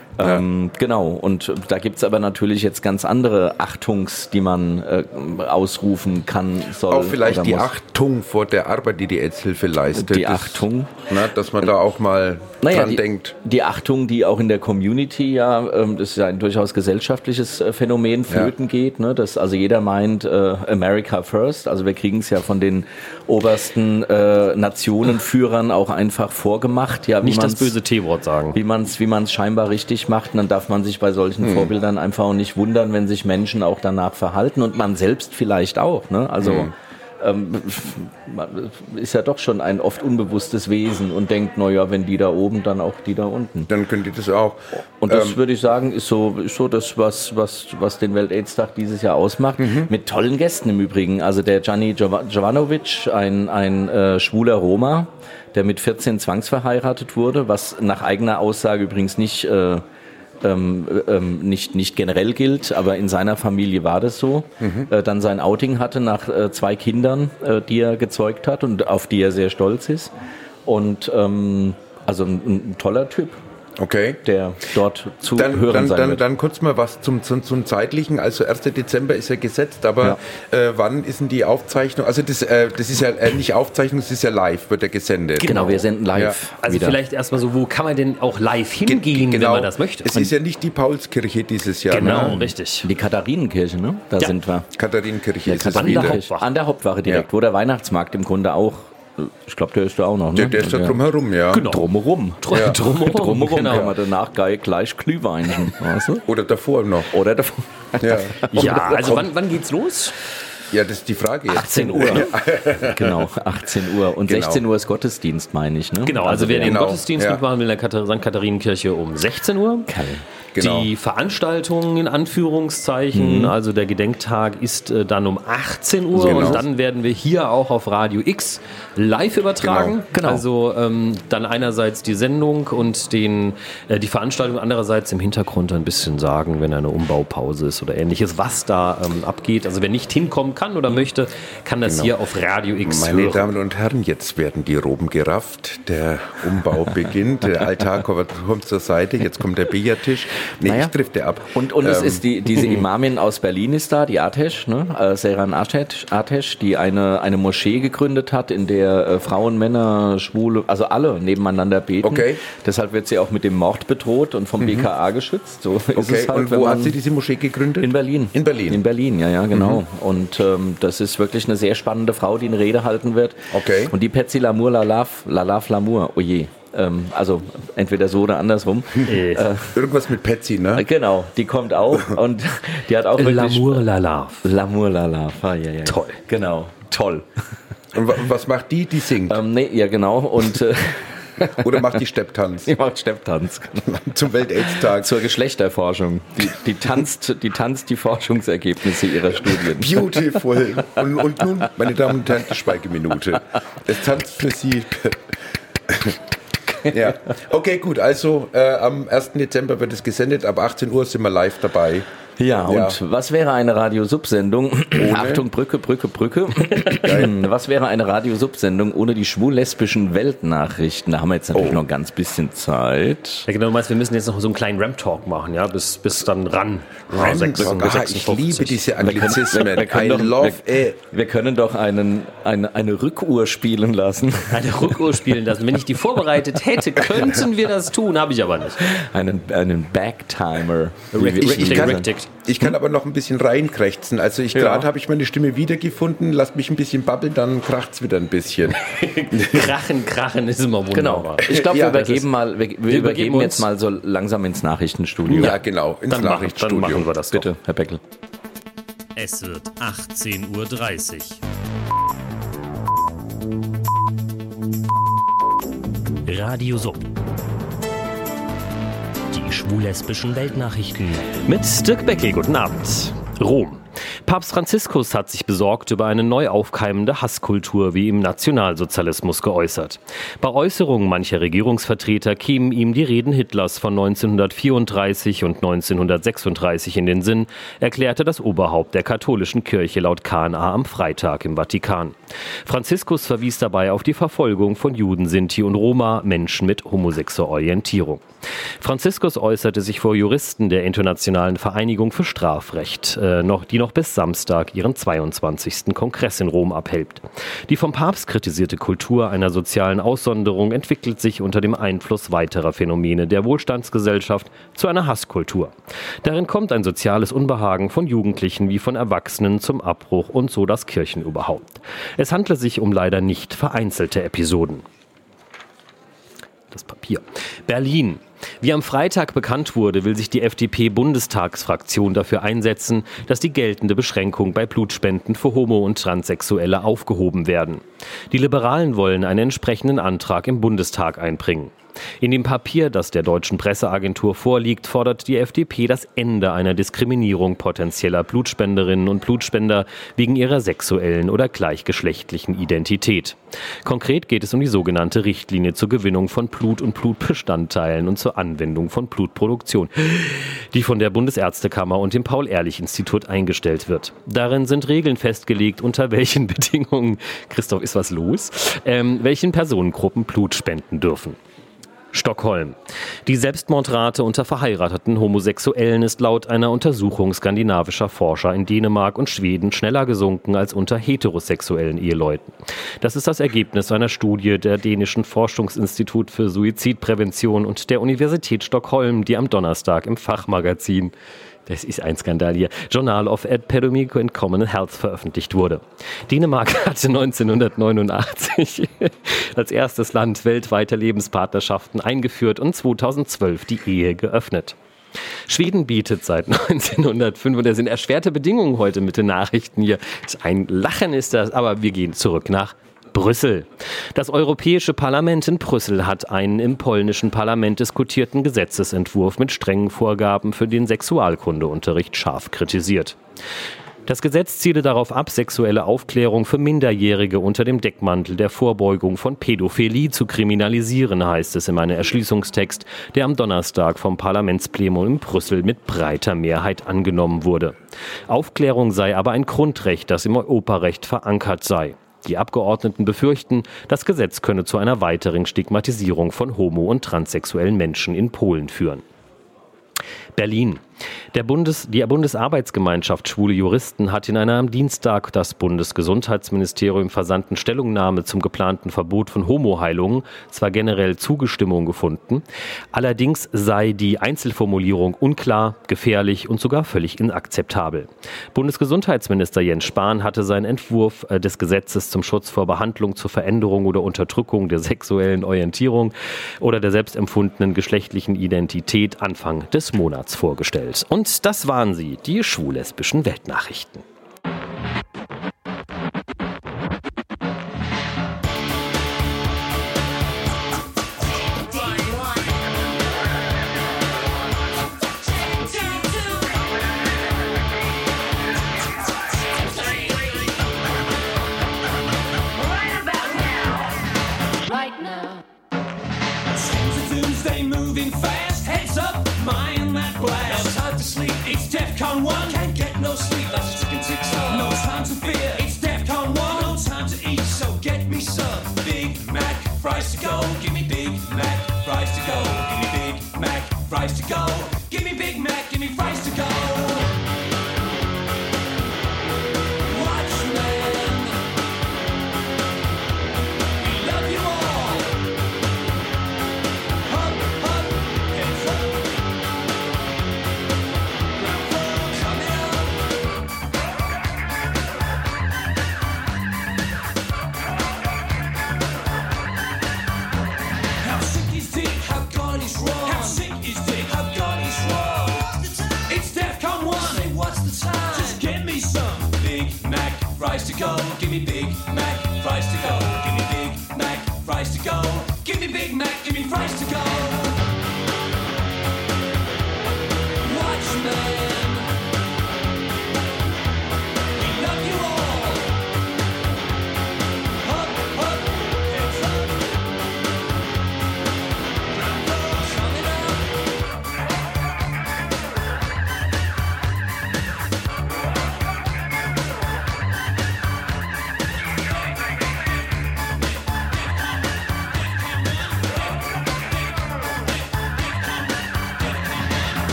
Ähm, genau, und da gibt's aber natürlich jetzt ganz andere Achtungs, die man äh, ausrufen kann, soll.
Auch vielleicht
oder
die
muss.
Achtung vor der Arbeit, die die AIDS-Hilfe leistet.
Die
Das-
Achtung.
Na, dass man da auch mal
Naja,
dran
die,
denkt.
die Achtung, die auch in der Community ja, ähm, das ist ja ein durchaus gesellschaftliches äh, Phänomen, flöten
Ja.
geht. Ne? Dass also jeder meint, äh, America first. Also wir kriegen es ja von den obersten äh, Nationenführern auch einfach vorgemacht. Ja, wie
Nicht das
man's-
böse T-Wort sagen.
Wie man es wie man's scheinbar richtig macht. Und dann darf man sich bei solchen
Hm.
Vorbildern einfach auch nicht wundern, wenn sich Menschen auch danach verhalten und man selbst vielleicht auch. Ne? Also
Hm.
ähm, man ist ja doch schon ein oft unbewusstes Wesen und denkt, naja, wenn die da oben, dann auch die da unten.
Dann könnt ihr das auch.
Und das
Ähm,
würde ich sagen, ist so, ist so das, was, was, was den Welt-AIDS-Tag dieses Jahr ausmacht.
Mhm.
Mit tollen Gästen im Übrigen. Also der Gianni Jova- Jovanovic, ein, ein äh, schwuler Roma, der mit vierzehn zwangsverheiratet wurde, was nach eigener Aussage übrigens nicht, äh, ähm, ähm, nicht, nicht generell gilt, aber in seiner Familie war das so.
Mhm.
Äh, dann sein Outing hatte nach äh, zwei Kindern, äh, die er gezeugt hat und auf die er sehr stolz ist. Und ähm, also ein, ein toller Typ.
Okay.
der dort zu
Dann,
hören
dann,
sein
dann,
wird.
dann kurz mal was zum, zum, zum Zeitlichen. Also erster Dezember ist ja gesetzt, aber äh, wann ist denn die Aufzeichnung? Also das, äh, das ist ja äh, nicht Aufzeichnung, das ist ja live, wird ja gesendet.
Genau, wir senden live.
Ja.
Also
wieder.
vielleicht erstmal so, wo kann man denn auch live hingehen,
Genau.
wenn man das möchte?
Es ist ja nicht die Paulskirche dieses Jahr.
Genau,
Ne?
richtig.
Die Katharinenkirche, ne? Da
Ja.
sind wir.
Katharinenkirche ist es
An der
wieder.
Hauptwache.
An der Hauptwache direkt,
Ja.
wo der Weihnachtsmarkt im Grunde auch, ich glaube, der ist da auch noch, ne?
Der, der ist da drumherum, ja.
Genau.
Drumherum.
Ja. Drumherum,
Drumherum
genau.
kann man danach gleich, gleich Glühweinchen, weißt du?
Oder davor noch.
Oder davon.
Ja,
Ja, also wann, wann geht's los?
ja das ist die Frage jetzt.
achtzehn Uhr. Genau, achtzehn Uhr. Und
Genau.
sechzehn Uhr ist Gottesdienst, meine ich. Ne?
Genau, also, wer den
Genau,
Gottesdienst
ja.
mitmachen will in der Katha- Sankt Katharinenkirche um sechzehn Uhr.
Kann.
Genau.
Die Veranstaltung in Anführungszeichen, also der Gedenktag ist äh, dann um achtzehn Uhr
Genau.
und dann werden wir hier auch auf Radio X live übertragen.
Genau.
Also ähm, dann einerseits die Sendung und den, äh, die Veranstaltung, andererseits im Hintergrund ein bisschen sagen, wenn eine Umbaupause ist oder ähnliches, was da ähm, abgeht. Also wer nicht hinkommen kann oder möchte, kann das hier auf Radio X
Meine
hören.
Damen und Herren, jetzt werden die Roben gerafft, der Umbau beginnt, der Altar kommt zur Seite, jetzt kommt der Billardtisch. Nee,
Naja.
ich trifft der ab.
Und, und es
Ähm,
ist die, diese Imamin aus Berlin ist da, die Atesh, ne? äh, Seyran Atesh, Atesh, die eine, eine Moschee gegründet hat, in der äh, Frauen, Männer, Schwule, also alle nebeneinander beten.
Okay.
Deshalb wird sie auch mit dem Mord bedroht und vom B K A geschützt. So ist
Okay,
es halt,
und
wenn
wo
man
hat sie diese Moschee gegründet?
in Berlin.
In Berlin.
In Berlin, ja, ja, genau. Und ähm, das ist wirklich eine sehr spannende Frau, die eine Rede halten wird.
Okay.
Und die Petsy Lamour, Lalaf, Lalaf Lamour, oh je. Ähm, also entweder so oder andersrum.
Äh,
Irgendwas mit Patsy, ne?
Genau, die kommt auch und die hat auch wirklich...
L'amour, la lave.
L'amour, la la. Ah, ja, ja.
Toll.
Genau, toll.
Und wa- was macht die? Die singt.
Ähm, nee, ja, genau. Und äh,
Oder macht die Stepptanz
die macht Stepptanz.
zum Welt-Aids-Tag?
Zur Geschlechterforschung. Die, die, tanzt, die tanzt die Forschungsergebnisse ihrer Studien.
Beautiful. Und, und nun, meine Damen und Herren, die Schweigeminute. Es tanzt für Sie. Ja, okay, gut. Also äh, am ersten Dezember wird es gesendet. Ab achtzehn Uhr sind wir live dabei.
Ja,
Ja.
und was wäre eine Radiosub-Sendung? Achtung, Brücke, Brücke, Brücke. Was wäre eine Radiosub-Sendung ohne die schwul-lesbischen Weltnachrichten? Da haben wir jetzt natürlich
Oh.
noch ein ganz bisschen Zeit.
Ja, genau, du meinst, wir müssen jetzt noch so einen kleinen Ramp-Talk machen, ja, bis, bis dann ran.
Ah,
sechs-
ich
sechsundfünfzig.
liebe diese
Wir können,
Anglizismen.
wir, wir können,
I
doch,
love
wir,
it.
wir können doch einen, eine, eine Rückuhr spielen lassen.
Eine Rückuhr spielen lassen. Wenn ich die vorbereitet hätte, könnten wir das tun, habe ich aber nicht.
Einen, einen Backtimer. wie wir-
Ich, ich,
Rick-
kann,
Rick tickt.
ich kann aber noch ein bisschen reinkrächzen. Also ich
Ja.
gerade habe ich meine Stimme wiedergefunden, lasst mich ein bisschen babbeln, dann kracht's wieder ein bisschen.
Krachen, krachen ist immer wunderbar.
Genau. Ich glaube,
Ja,
wir
das
übergeben mal, wir, wir übergeben
übergeben
jetzt
uns.
mal so langsam ins Nachrichtenstudio.
Ja, genau, ins
Dann machen, dann
Nachrichtenstudio.
machen wir das
Bitte, Herr Beckel.
Es wird achtzehn Uhr dreißig. Radio Sub. Die schwul-lesbischen Weltnachrichten.
Mit Dirk Beckel, guten Abend. Rom. Papst Franziskus hat sich besorgt über eine neu aufkeimende Hasskultur wie im Nationalsozialismus geäußert. Bei Äußerungen mancher Regierungsvertreter kämen ihm die Reden Hitlers von neunzehnhundertvierunddreißig und neunzehnhundertsechsunddreißig in den Sinn, erklärte das Oberhaupt der katholischen Kirche laut K N A am Freitag im Vatikan. Franziskus verwies dabei auf die Verfolgung von Juden, Sinti und Roma, Menschen mit homosexueller Orientierung. Franziskus äußerte sich vor Juristen der Internationalen Vereinigung für Strafrecht, äh, noch, die noch bis Samstag ihren zweiundzwanzigsten Kongress in Rom abhält. Die vom Papst kritisierte Kultur einer sozialen Aussonderung entwickelt sich unter dem Einfluss weiterer Phänomene der Wohlstandsgesellschaft zu einer Hasskultur. Darin kommt ein soziales Unbehagen von Jugendlichen wie von Erwachsenen zum Abbruch und so das Kirchenüberhaupt. Es handle sich um leider nicht vereinzelte Episoden. Das Papier. Berlin. Wie am Freitag bekannt wurde, will sich die F D P-Bundestagsfraktion dafür einsetzen, dass die geltende Beschränkung bei Blutspenden für Homo- und Transsexuelle aufgehoben werden. Die Liberalen wollen einen entsprechenden Antrag im Bundestag einbringen. In dem Papier, das der Deutschen Presseagentur vorliegt, fordert die F D P das Ende einer Diskriminierung potenzieller Blutspenderinnen und Blutspender wegen ihrer sexuellen oder gleichgeschlechtlichen Identität. Konkret geht es um die sogenannte Richtlinie zur Gewinnung von Blut und Blutbestandteilen und zur Anwendung von Blutproduktion, die von der Bundesärztekammer und dem Paul-Ehrlich-Institut eingestellt wird. Darin sind Regeln festgelegt, unter welchen Bedingungen, Christoph, ist was los, ähm, welchen Personengruppen Blut spenden dürfen. Stockholm. Die Selbstmordrate unter verheirateten Homosexuellen ist laut einer Untersuchung skandinavischer Forscher in Dänemark und Schweden schneller gesunken als unter heterosexuellen Eheleuten. Das ist das Ergebnis einer Studie der dänischen Forschungsinstitut für Suizidprävention und der Universität Stockholm, die am Donnerstag im Fachmagazin, das ist ein Skandal hier, Journal of Epidemic and Common Health veröffentlicht wurde. Dänemark hatte neunzehnhundertneunundachtzig als erstes Land weltweite Lebenspartnerschaften eingeführt und zweitausendzwölf die Ehe geöffnet. Schweden bietet seit neunzehnhundertfünf, und das sind erschwerte Bedingungen heute mit den Nachrichten hier. Ein Lachen ist das, aber wir gehen zurück nach Brüssel. Das Europäische Parlament in Brüssel hat einen im polnischen Parlament diskutierten Gesetzesentwurf mit strengen Vorgaben für den Sexualkundeunterricht scharf kritisiert. Das Gesetz ziele darauf ab, sexuelle Aufklärung für Minderjährige unter dem Deckmantel der Vorbeugung von Pädophilie zu kriminalisieren, heißt es in einem Erschließungstext, der am Donnerstag vom Parlamentsplenum in Brüssel mit breiter Mehrheit angenommen wurde. Aufklärung sei aber ein Grundrecht, das im Europarecht verankert sei. Die Abgeordneten befürchten, das Gesetz könne zu einer weiteren Stigmatisierung von homo- und transsexuellen Menschen in Polen führen. Berlin. Der Bundes, die Bundesarbeitsgemeinschaft Schwule Juristen hat in einer am Dienstag das Bundesgesundheitsministerium versandten Stellungnahme zum geplanten Verbot von Homoheilungen zwar generell Zustimmung gefunden, allerdings sei die Einzelformulierung unklar, gefährlich und sogar völlig inakzeptabel. Bundesgesundheitsminister Jens Spahn hatte seinen Entwurf des Gesetzes zum Schutz vor Behandlung, zur Veränderung oder Unterdrückung der sexuellen Orientierung oder der selbstempfundenen geschlechtlichen Identität Anfang des Monats vorgestellt. Und das waren sie, die schwul-lesbischen Weltnachrichten.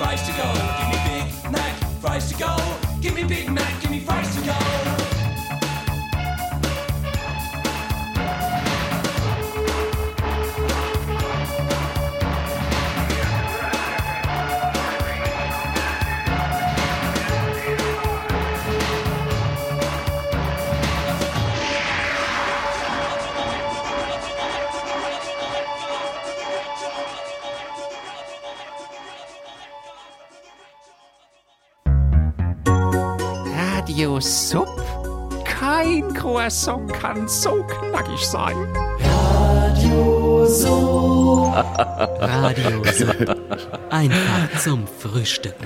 fries to go. Give me Big Mac fries to go. Give me Big Mac, give me fries to go.
Radio Sub? Kein Croissant kann so knackig sein.
Radio Sub.
Radio Sub. Einfach zum Frühstücken.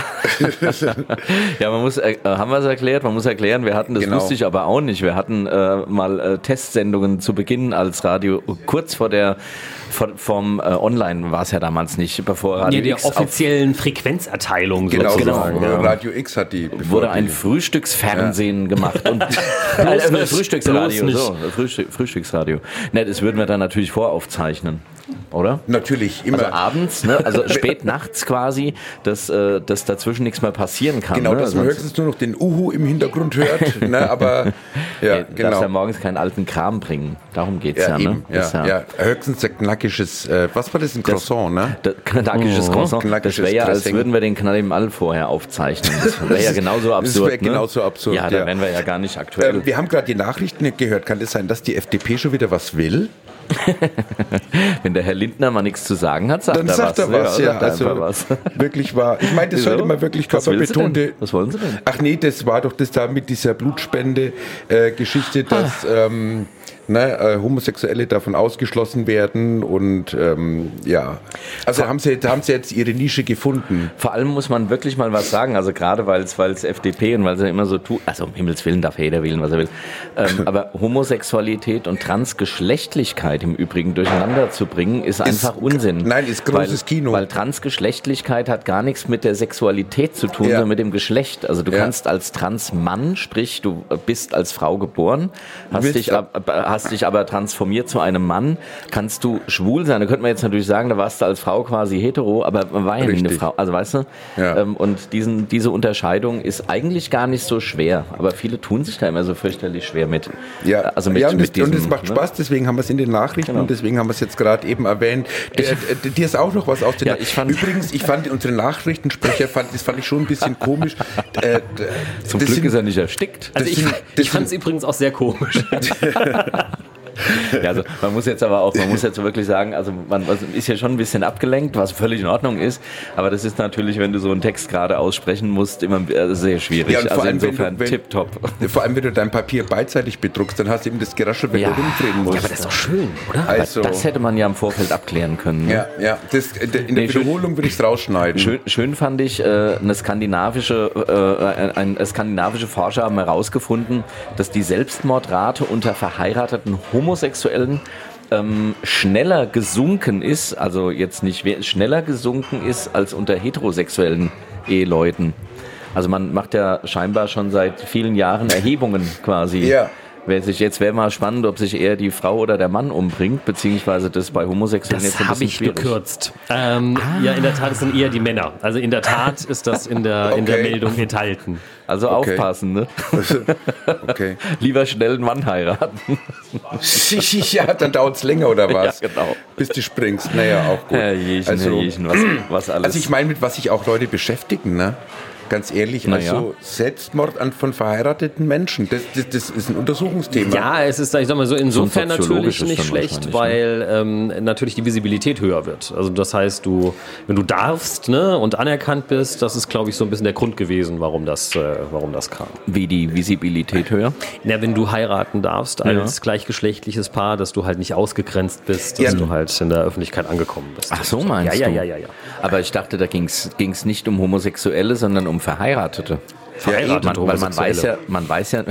Ja, man muss, äh, haben wir es erklärt? Man muss erklären, wir hatten, das
Genau.
wusste ich aber auch nicht, wir hatten äh, mal äh, Testsendungen zu Beginn als Radio, kurz vor der, vor, vom äh, Online war es ja damals nicht, bevor Radio
Nee, der
X auf-
offiziellen Frequenzerteilung
Genau,
sozusagen.
genau.
Ja.
Radio X hat die. bevor
wurde ein
die-
Frühstücksfernsehen gemacht. Und
Bloß
äh,
nicht.
Frühstücksradio,
Bloß
so, Frühstück, Frühstücksradio. Ne, das würden wir dann natürlich voraufzeichnen, oder?
Natürlich, immer.
Also abends, ne? Also spät nachts quasi, dass, äh, dass dazwischen nichts mehr passieren kann.
Genau,
ne?
dass man
Sonst-
höchstens nur noch den Uhu im Hintergrund hört, ne, aber ja,
Du darfst ja
genau.
morgens keinen alten Kram bringen. Darum geht's ja,
Ja,
ne?
eben, ja,
Das ist
ja. Höchstens ein knackiges, äh, was war das, ein Croissant, ne?
Das knackiges
Oh,
Croissant. Das
knackiges
wäre ja, als
Dressing.
würden wir den Knall im All vorher aufzeichnen. Das wäre ja genauso absurd.
wäre genauso absurd,
Ja, da
ja.
wären wir ja gar nicht aktuell.
Ähm, wir haben gerade die Nachrichten gehört. Kann es sein, dass die F D P schon wieder was will?
Wenn der Herr Lindner mal nichts zu sagen hat, sagt
Dann
er
sagt
was.
er was, ja.
sagt er
Also
einfach was.
wirklich wahr. Ich meine, das
Wieso?
sollte man wirklich
Was willst du
körperbetonte.
denn? Was wollen Sie denn?
Ach nee, das war doch das da mit dieser Blutspende-Geschichte, dass ähm, ne, äh, Homosexuelle davon ausgeschlossen werden und ähm, ja. Also haben sie, haben sie jetzt ihre Nische gefunden.
Vor allem muss man wirklich mal was sagen, also gerade weil es weil es F D P und weil sie immer so tut, also um Himmels Willen darf jeder wählen, was er will, ähm, aber Homosexualität und Transgeschlechtlichkeit im Übrigen durcheinander zu bringen, ist einfach Unsinn.
Nein, ist großes
weil,
Kino.
Weil Transgeschlechtlichkeit hat gar nichts mit der Sexualität zu tun,
Ja.
sondern mit dem Geschlecht. Also du
Ja.
kannst als Transmann, sprich du bist als Frau geboren, hast
Willst
dich, ab, hast dich aber transformiert zu einem Mann, kannst du schwul sein. Da könnte man jetzt natürlich sagen, da warst du als Frau quasi hetero, aber man war ja nie eine
Richtig.
Frau. Also weißt du,
Ja.
ähm, und diesen, diese Unterscheidung ist eigentlich gar nicht so schwer, aber viele tun sich da immer so fürchterlich schwer mit.
Ja,
also mit,
ja und,
mit
es,
diesem,
und es macht
ne?
Spaß, deswegen haben wir es in den Nachrichten
Genau.
und deswegen haben wir es jetzt gerade eben erwähnt. Der, der, dir ist auch noch was aus den
Ja, ich fand-
Übrigens, ich fand unsere Nachrichtensprecher, fand, das fand ich schon ein bisschen komisch. Äh, d-
Zum
das
Glück
sind-
ist er nicht erstickt.
Also
Das
ich,
sind- das
ich fand es
sind-
übrigens auch sehr komisch.
Ja, also man muss jetzt aber auch, man muss jetzt wirklich sagen, also man man ist ja schon ein bisschen abgelenkt, was völlig in Ordnung ist, aber das ist natürlich, wenn du so einen Text gerade aussprechen musst, immer äh, sehr schwierig.
Ja, und vor
also
allem, wenn
insofern
du- wenn-
tipptopp.
Vor allem, wenn du dein Papier beidseitig bedruckst, dann hast du eben das Geraschel, wenn
Ja.
du rumdrehen musst.
Aber das ist doch schön, oder?
also,
Das hätte man ja im Vorfeld abklären können. Ne?
ja, ja, das, in der
Nee, schön-
Wiederholung würde ich es rausschneiden.
Schön, schön fand ich, äh, eine skandinavische, äh, ein, ein, skandinavische Forscher haben herausgefunden, dass die Selbstmordrate unter verheirateten Homosexuellen ähm, schneller gesunken ist, also jetzt nicht we- schneller gesunken ist als unter heterosexuellen Eheleuten. Also man macht ja scheinbar schon seit vielen Jahren Erhebungen quasi.
Ja.
Wer sich jetzt wäre mal spannend, ob sich eher die Frau oder der Mann umbringt, beziehungsweise das bei Homosexuellen jetzt
Das
ein
habe
bisschen
ich
schwierig.
gekürzt. Ähm, Ja, in der Tat, es sind eher die Männer. Also in der Tat ist das in der, in der
Okay.
Meldung enthalten.
Also
Okay.
aufpassen, ne?
Okay.
Lieber schnell einen Mann heiraten.
Ja, dann dauert es länger oder was?
Ja, genau.
Bis du springst. Naja, auch gut.
Herr Jechen,
also,
Herr Jechen, was, was alles.
also ich meine, mit was sich auch Leute beschäftigen, ne? Ganz ehrlich,
Na
also
ja.
Selbstmord an von verheirateten Menschen, das, das, das ist ein Untersuchungsthema.
Ja, es ist, ich sag mal so, insofern
So ein
natürlich
soziologisches
nicht
dann
schlecht,
wahrscheinlich,
weil ähm, natürlich die Visibilität höher wird. Also das heißt, du, wenn du darfst, ne, und anerkannt bist, das ist, glaube ich, so ein bisschen der Grund gewesen, warum das, äh, warum das kam.
Wie die Visibilität höher?
Na, wenn du heiraten darfst als gleichgeschlechtliches Paar, dass du halt nicht ausgegrenzt bist, dass
Ja.
du halt in der Öffentlichkeit angekommen bist.
Ach so meinst
ja,
du?
Ja, ja, ja, ja.
Aber ich dachte, da ging es nicht um Homosexuelle, sondern um Verheiratete.
Verheiratete
man, weil man
Homosexuelle.
weiß ja, man weiß ja,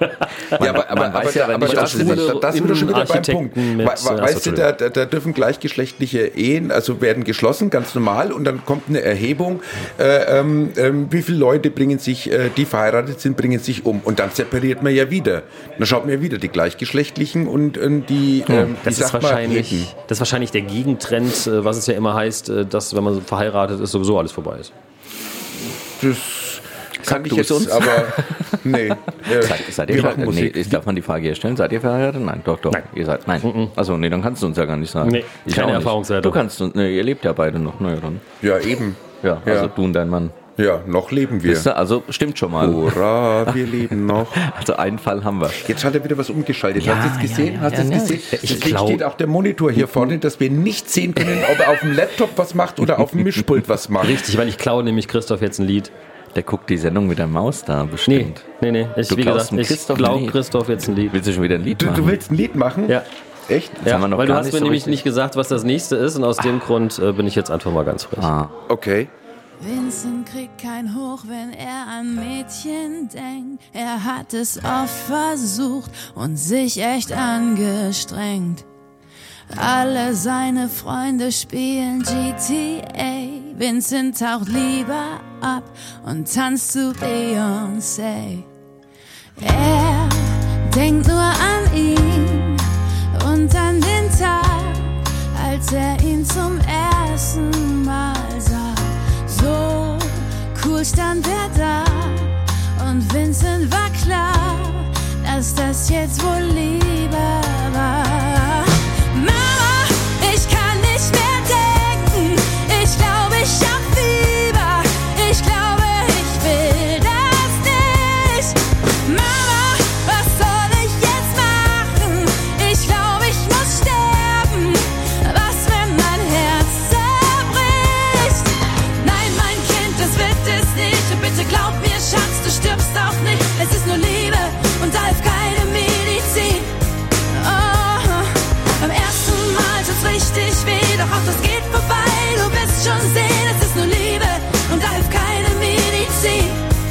Ja, aber, aber,
man weiß
aber,
ja aber
aber
nicht,
das,
ob sie
das,
sich-
das sind wir schon wieder beim Punkt.
Architekten mit,
We- we-
äh,
weißt du,
achso,
da, da, da dürfen gleichgeschlechtliche Ehen, also werden geschlossen, ganz normal, und dann kommt eine Erhebung, äh, ähm, ähm, wie viele Leute bringen sich, äh, die verheiratet sind, bringen sich um. Und dann separiert man ja wieder. Dann schaut man ja wieder die gleichgeschlechtlichen und, und die, ähm,
Das
die
ist,
sagt man,
wahrscheinlich,
Ehen.
das ist wahrscheinlich der Gegentrend, äh, was es ja immer heißt, äh, dass wenn man verheiratet ist, sowieso alles vorbei ist.
Das kann ich
du es
jetzt,
uns?
aber nee. Äh,
Seid, seid ihr
wir
verheiratet?
machen
Nee,
Musik.
ich darf man die Frage hier stellen. Seid ihr verheiratet? Nein, doch, doch.
Nein.
Ihr seid, nein. Also nee, dann kannst du uns ja gar nicht sagen.
Nee,
Ich
keine
auch nicht.
Erfahrungswerte.
Du kannst uns, nee, ihr lebt ja beide noch. Na ja, dann.
Ja, eben.
Ja, also
Ja.
du und dein Mann.
Ja, noch leben wir.
Wisst ihr? Also stimmt schon mal.
Hurra, wir leben noch.
Also einen Fall haben wir.
Jetzt hat er wieder was umgeschaltet.
Ja,
Hast du es gesehen?
ja,
Hast du
ja,
es
ja.
gesehen?
Ich
Deswegen
glaub-
steht auch der Monitor hier vorne, dass wir nicht sehen können, ob er auf dem Laptop was macht oder auf dem Mischpult was macht.
Richtig, weil ich klaue nämlich Christoph jetzt ein Lied.
Der guckt die Sendung mit der Maus da
Nee,
bestimmt.
nee, nee. Ich,
Du
wie
klaust
gesagt,
dem
ich
Christoph ein
klaue
Lied.
Christoph jetzt ein Lied.
Willst du schon wieder ein Lied
Du,
machen?
du willst ein Lied machen?
Ja.
Echt?
Ja,
haben wir noch
weil du
gar
hast
nicht
mir
so
nämlich
richtig-
nicht gesagt, was das nächste ist, und aus dem Grund äh, bin ich jetzt einfach mal ganz frech.
Ah.
Okay.
Vincent kriegt kein Hoch, wenn er an Mädchen denkt. Er hat es oft versucht und sich echt angestrengt. Alle seine Freunde spielen G T A. Vincent taucht lieber ab und tanzt zu Beyoncé. Er denkt nur an ihn und an den Tag, als er ihn zum ersten Mal sah. So cool stand er da und Vincent war klar, dass das jetzt wohl Liebe war. Mama, ich kann nicht mehr denken, ich glaube, ich hab Fieber, ich glaube, ich will das nicht. Mama, was soll ich jetzt machen? Ich glaube, ich muss sterben. Was, wenn mein Herz zerbricht? Nein, mein Kind, das wird es nicht. Und bitte glaub mir, Schatz, du stirbst auch nicht. Es ist nur Liebe und da hilft keine Medizin. Oh, beim ersten Mal tut's richtig weh, doch auch das geht vorbei. Du wirst schon sehen, es ist nur Liebe und da hilft keine Medizin.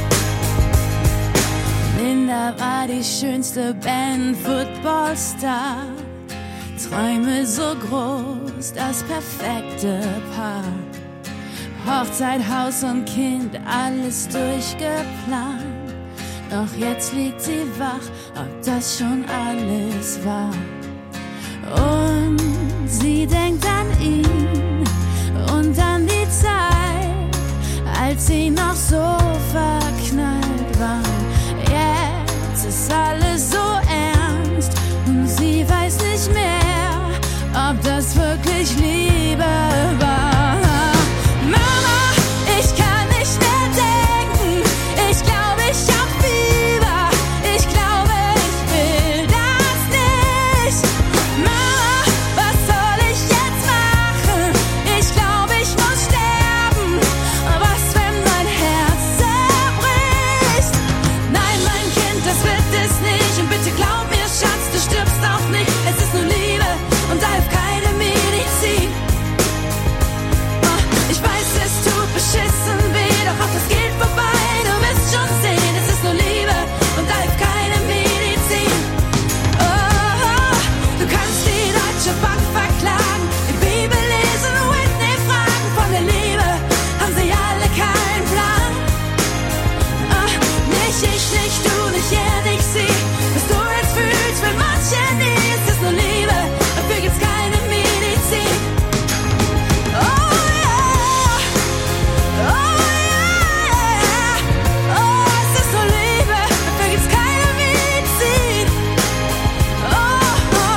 Linda war die schönste Band-Footballstar. Träume so groß, das perfekte Paar. Hochzeit, Haus und Kind, alles durchgeplant. Doch jetzt liegt sie wach, ob das schon alles war. Und sie denkt an ihn und an die Zeit, als sie noch so verknallt waren. Jetzt ist alles so ernst und sie weiß nicht mehr, ob das wirklich Liebe war. Mama, ich kann nicht mehr denken, ich glaube, ich hab Fieber, ich glaube, ich will das nicht. Mama, was soll ich jetzt machen? Ich glaube, ich muss sterben. Was, wenn mein Herz zerbricht? Nein, mein Kind, das wird es nicht. Und bitte glaub mir, Schatz, du stirbst auch nicht. Es ist nur Liebe und da hilft keine Medizin. Oh, ich weiß, es tut beschissen weh, doch auch das geht vorbei. Du wirst schon sehen, es ist nur Liebe und da hilft keine Medizin. Oh, du kannst die Deutsche Bank verklagen, die Bibel lesen, Whitney fragen. Von der Liebe haben sie alle keinen Plan. Oh, nicht ich, nicht du, nicht er, nicht sie. Was du jetzt fühlst, will manche nie. Es ist nur Liebe, dafür gibt's keine Medizin. Oh yeah, oh yeah, oh, es ist nur Liebe, dafür gibt's keine Medizin. Oh, oh,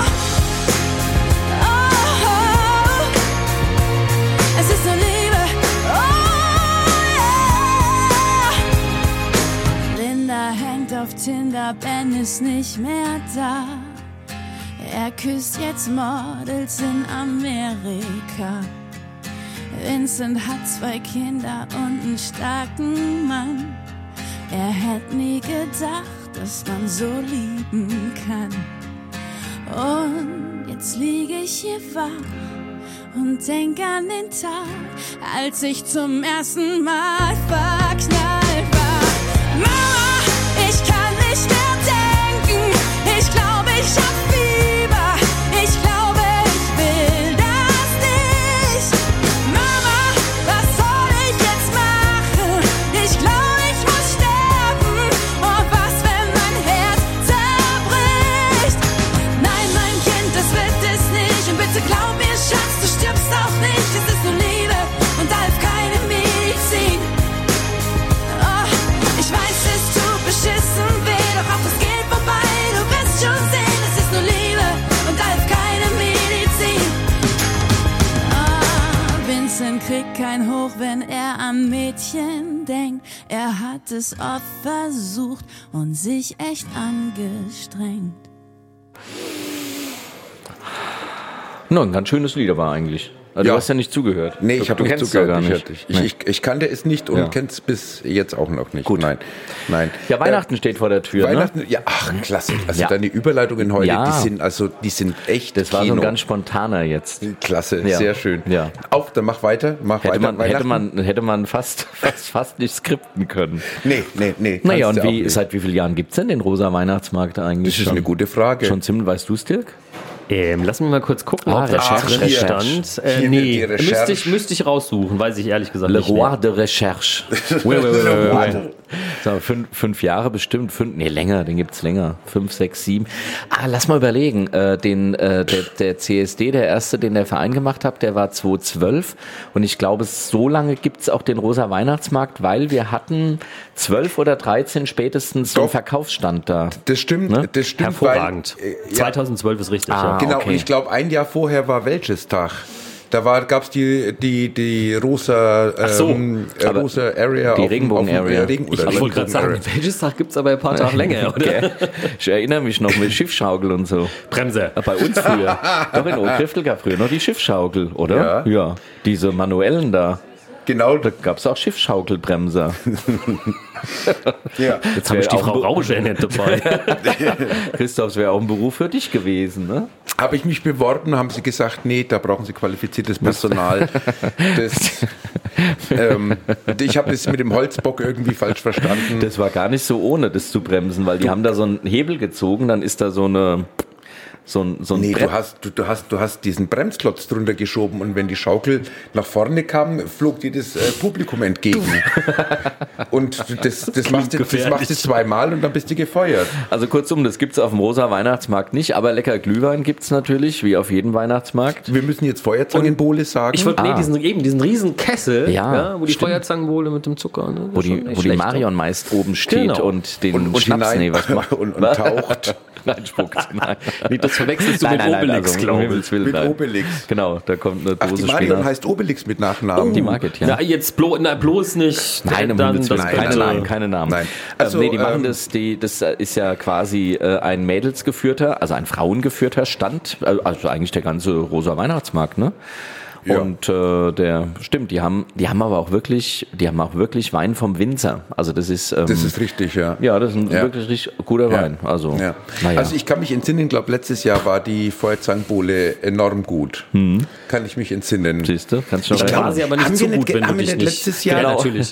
oh, es ist nur Liebe, oh yeah. Linda hängt auf Tinder, Ben ist nicht mehr da. Er küsst jetzt Models in Amerika. Vincent hat zwei Kinder und einen starken Mann. Er hätte nie gedacht, dass man so lieben kann. Und jetzt liege ich hier wach und denk an den Tag, als ich zum ersten Mal verknallt war. Mama, ich kann nicht mehr denken. kein Hoch, wenn er an Mädchen denkt. Er hat es oft versucht und sich echt angestrengt.
No, ein ganz schönes Lied aber eigentlich. Also
Ja.
Du hast ja nicht zugehört.
Nee, ich
Du-
habe
du
nicht
kennst
zugehört.
ja gar
Ich,
nicht.
hörte- ich, ich, ich kannte es nicht und
Ja.
kenne es bis jetzt auch noch nicht. Gut. Nein, nein.
Ja, Weihnachten
Äh,
steht vor der Tür,
Weihnachten,
ne?
ja, ach, klasse. Also
Ja.
deine Überleitungen heute,
Ja.
die sind also, die sind echt
Das war so
Kino.
ein ganz spontaner jetzt.
Klasse,
Ja.
sehr schön.
Ja.
Auf, dann mach weiter, mach
Hätte
weiter.
man, hätte
Weihnachten?
man, hätte man fast, fast, fast nicht skripten können.
Nee, nee, nee.
Naja,
kannst
und
du auch
wie,
nicht.
seit wie vielen Jahren gibt es denn den rosa Weihnachtsmarkt eigentlich?
Das ist
schon?
eine gute Frage.
Schon ziemlich, weißt du es, Dirk?
Ähm, lass mich mal kurz gucken,
Ah,
ob da
Recherche,
drin
Recherche.
stand. Äh,
Hier
nee,
wird die
müsste
Recherche.
ich, müsste ich raussuchen, weiß ich ehrlich gesagt
Le
nicht
Roi
mehr.
de Recherche. oui, oui, oui, oui, oui. So, fünf, fünf Jahre bestimmt, fünf, nee, länger, den gibt's länger. Fünf, sechs, sieben. Ah, lass mal überlegen. Äh, den, äh, der, der C S D, der erste, den der Verein gemacht hat, der war zweitausendzwölf. Und ich glaube, so lange gibt's auch den rosa Weihnachtsmarkt, weil wir hatten zwölf oder dreizehn spätestens so einen
Doch.
Verkaufsstand da.
Das stimmt,
Ne?
das stimmt.
Hervorragend.
Weil, äh, ja,
zweitausendzwölf ist richtig,
Ah,
ja.
genau,
okay.
und ich glaube, ein Jahr vorher war Wäldchestag. Da war, gab's die, die, die rosa,
so,
ähm, äh,
aber
rosa Area.
die
auf dem-
Regenbogen-Area.
auf dem, äh, Regen, oder
Ich wollte gerade sagen,
Regenbogen-Area.
welches Tag gibt es aber ein paar Tage länger, oder?
Gell? Ich erinnere mich noch mit Schiffschaukel und so.
Bremse.
Bei uns früher. Doch in Oldkriftel gab früher noch die Schiffschaukel, oder?
Ja.
Ja. Diese manuellen da.
Genau,
Da gab es auch Schiffschaukelbremser.
ja.
Jetzt
Habe ich
wär
die
auch
Frau
ein Be-
Rausch ja nicht dabei.
Christoph, das wäre auch ein Beruf für dich gewesen, ne?
Habe ich mich beworben, haben sie gesagt, nee, da brauchen sie qualifiziertes Personal. Das, ähm, ich habe das mit dem Holzbock irgendwie falsch verstanden.
Das war gar nicht so ohne, das zu bremsen, weil die haben da so einen Hebel gezogen, dann ist da so eine so ein, so ein
Nee,
Brett.
du hast, du, du, hast, du hast diesen Bremsklotz drunter geschoben und wenn die Schaukel nach vorne kam, flog dir das äh, Publikum entgegen. Und das, das, machst du, das
gefährlich.
machst du zweimal und dann bist du gefeuert.
Also kurzum, das gibt's auf dem rosa Weihnachtsmarkt nicht, aber lecker Glühwein gibt's natürlich, wie auf jedem Weihnachtsmarkt.
Wir müssen jetzt Feuerzangenbowle sagen.
Ich wollte, nee,
Ah.
diesen, eben diesen riesen Kessel,
Ja,
ja, wo die
stimmt.
Feuerzangenbowle mit dem Zucker, ne,
Wo
das ist
die,
schon nicht
wo die
schlecht,
Marion meist oben steht
Genau.
und den
Und- und
Schnaps,
hinein-
nee, was macht
und- und
was?
taucht.
Nein, spuckt. Nein.
Nee, das verwechselst du
Nein,
mit
nein, nein,
Obelix,
also, um
glaube ich.
Himmels Willen,
Mit
nein.
Obelix.
Genau, da kommt eine
Ach, die
Dose
Marion
Spinat.
heißt Obelix mit Nachnamen.
Die Market, ja.
Ja, jetzt blo na, bloß nicht.
Nein, um
dann
Himmels Willen,
das
keine
könnte-
Namen, keine Namen.
Nein.
Also,
Also,
nee, die machen
ähm,
das, die, das ist ja quasi äh, ein mädelsgeführter, also ein frauengeführter Stand, also also eigentlich der ganze rosa Weihnachtsmarkt, ne?
Ja.
Und äh, der stimmt, die haben, die haben aber auch wirklich, die haben auch wirklich Wein vom Winzer. Also das ist, ähm,
Das ist richtig, ja.
ja, das ist ein
Ja.
wirklich richtig guter Wein. Also,
Ja.
naja.
Also ich kann mich entsinnen, glaube letztes Jahr war die Feuerzangenbowle enorm gut. Kann ich mich entsinnen.
Siehst du, kannst du noch
Ich
erinnern.
quasi aber nicht
Haben
so
wir nicht
gut,
ge-
wenn du
haben wir
dich
nicht
nicht...
letztes Jahr-
Ja,
Genau.
natürlich.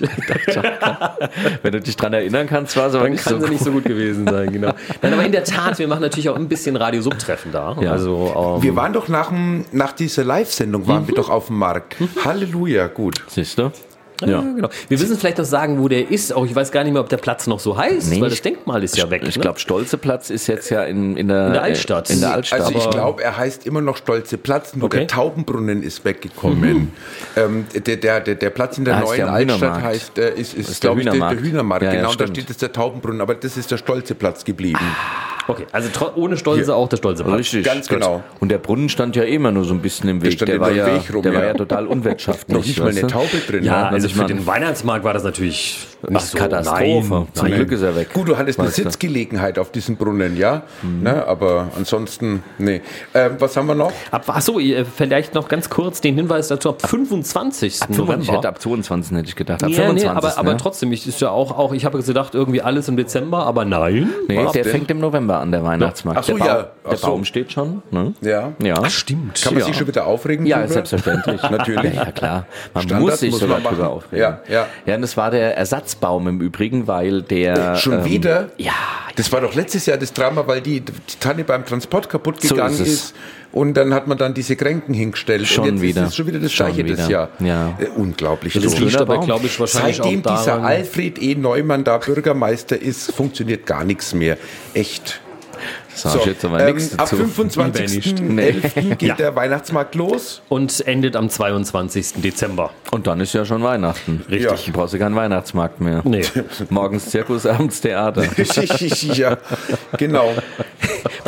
Wenn du dich dran erinnern kannst, war es aber
Dann
nicht
kann
so
sie
gut.
nicht so gut gewesen sein, genau. Nein, aber in der Tat, wir machen natürlich auch ein bisschen Radio-Sub-Treffen da.
Ja.
Also, ähm,
Wir waren doch nach, dem, nach dieser Live-Sendung, waren
Mhm.
wir doch auf dem Markt. Halleluja, gut.
Siehst du?
ja. genau. Wir müssen vielleicht noch sagen, wo der ist. Auch ich weiß gar nicht mehr, ob der Platz noch so heißt,
Nee,
weil
ich-
das Denkmal ist ja weg.
Ich
ne?
glaube, Stolze Platz ist jetzt ja in, in, der,
In der Altstadt.
In der Altstadt.
Also ich
aber-
glaube, er heißt immer noch Stolze Platz, nur
Okay.
der Taubenbrunnen ist weggekommen. Ähm, der, der, der, der Platz in der
Ah, ist
neuen
der
Altstadt
Hühnermarkt.
heißt, äh, ist, ist,
Ist der
glaube ich, der, der
Hühnermarkt.
Hühnermarkt.
Ja, ja,
genau, und da
stimmt.
steht jetzt der Taubenbrunnen, aber das ist der Stolze Platz geblieben.
Okay, also tro- ohne Stolze auch der Stolze Platz.
Richtig,
Ganz
gut.
genau.
Und der Brunnen stand ja immer nur so ein bisschen im Weg.
stand
Der,
immer
war
im
ja,
Weg rum,
der war
ja.
ja total unwirtschaftlich.
Noch nicht mal
weißt
eine
du?
Taube drin.
Ja,
ne?
also
ich
für
meine-
den Weihnachtsmarkt war das natürlich
Ach so, Katastrophe. Zum Glück ist er weg.
Gut, du hattest eine
Weißt du.
Sitzgelegenheit auf diesem Brunnen, ja, ne, aber ansonsten, nee. Ähm, was haben wir noch?
Ab, achso, vielleicht noch ganz kurz den Hinweis dazu, ab fünfundzwanzigsten
Ich
November.
hätte ab zweiundzwanzig hätte ich gedacht. Ab
Ja,
fünfundzwanzig.
nee, aber, aber
ne?
trotzdem, ich ist ja auch, auch ich habe gedacht, irgendwie alles im Dezember, aber nein.
Nee,
Was
der
denn?
fängt im November an, der Weihnachtsmarkt.
Ach so,
der Baum,
ja. Ach
Der
so.
Baum steht schon. Ne?
Ja.
Ja.
Stimmt.
Kann man
Ja.
sich schon wieder aufregen?
Ja,
drüber?
selbstverständlich.
Natürlich.
Ja, ja, klar. Man
Standard
muss sich
muss
sogar
man
drüber
machen.
aufregen.
Ja, ja.
Ja, und das war der Ersatzbaum im Übrigen, weil der...
Schon
ähm,
wieder?
Ja.
Das war doch letztes Jahr das Drama, weil die, die Tanne beim Transport kaputt
So
gegangen
ist
ist,
es.
und dann hat man dann diese Kränken hingestellt.
Schon
und jetzt
wieder.
ist es schon wieder das
Schon
gleiche das
wieder.
Jahr.
Ja.
Äh, unglaublich.
Das
ist
liegt
schöner
aber,
Baum.
glaube ich, wahrscheinlich
Seitdem
auch
dieser
daran,
Alfred E. Neumann da Bürgermeister ist, funktioniert gar nichts mehr. Echt.
Sag ich jetzt aber
ähm,
nichts
ab
dazu.
fünfundzwanzigsten elften geht
Ja.
der Weihnachtsmarkt los.
und endet am zweiundzwanzigsten Dezember.
Und dann ist ja schon Weihnachten.
Richtig.
Du brauchst ja keinen Weihnachtsmarkt mehr.
Nee.
Morgens Zirkus, abends Theater.
Ja, genau.
Was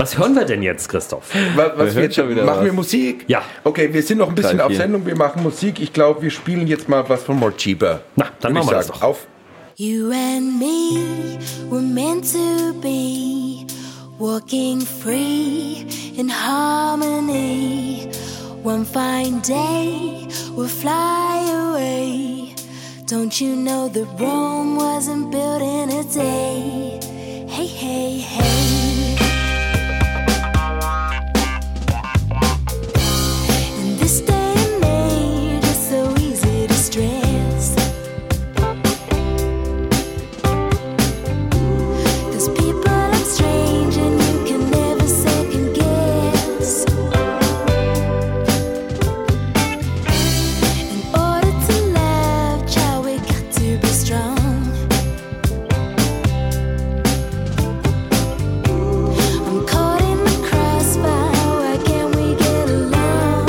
Was hören wir denn jetzt, Christoph?
Was, was
Wir
wir
hören
jetzt,
schon wieder
machen
was.
wir Musik?
Ja.
Okay, wir sind noch ein bisschen
Gleich
auf
hier.
Sendung, wir machen Musik. Ich glaube, wir spielen jetzt mal was von Morcheeba.
Na, dann
Würde
machen
ich
wir das
sagen.
doch.
Auf.
You and me were meant to be, walking free in harmony. One fine day we'll fly away. Don't you know that Rome wasn't built in a day? Hey, hey, hey. In this day and age, it's so easy to stress. 'Cause people act strange and you can never second guess. In order to love, child, we got to be strong. I'm caught in the crossfire, why can't we get along?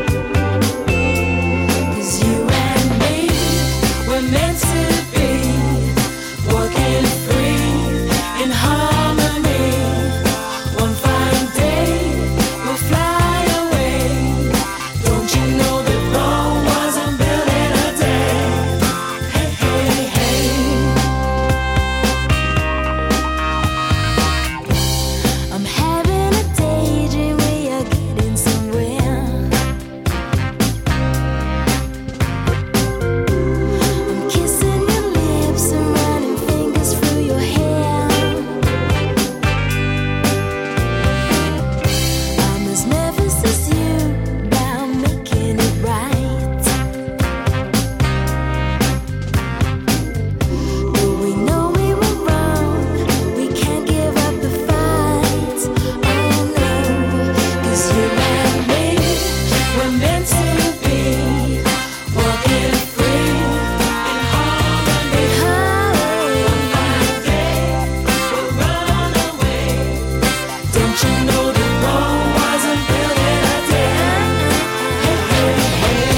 'Cause you and me, we're meant to be walking free in harmony. One fine day, we'll fly away. Don't you know that Rome wasn't built in a day? Hey, hey, hey. I'm having a daydream, we are getting somewhere. I'm kissing your lips and running fingers through your hair. I'm as nervous as you about making it right. But we know we were wrong, we can't give up the fight. Oh no, 'cause you and me, we're meant to be walking free in harmony. One day we'll run away. Don't you know that Rome wasn't built in a day? Hey, hey, hey.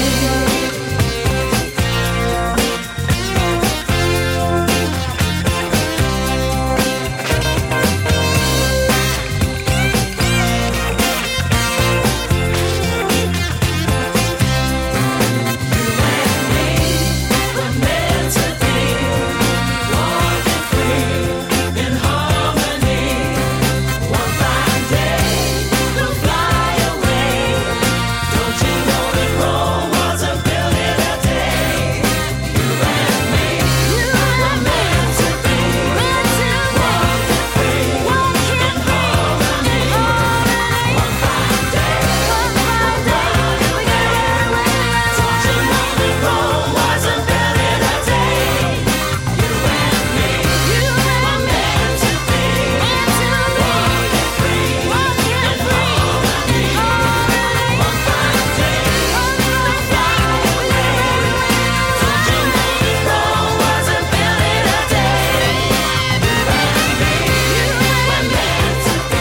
We're meant to be walking free in harmony. One fine day we'll fly away. Don't you know that Rome wasn't built in a day? You and me, we're meant to be walking free in harmony. One fine day we'll fly away. Don't you know that Rome wasn't built in a day? You and me, we're meant to be walking free in harmony. One fine day we'll fly away. Don't you know that Rome wasn't built in a day? You and me, we're meant to be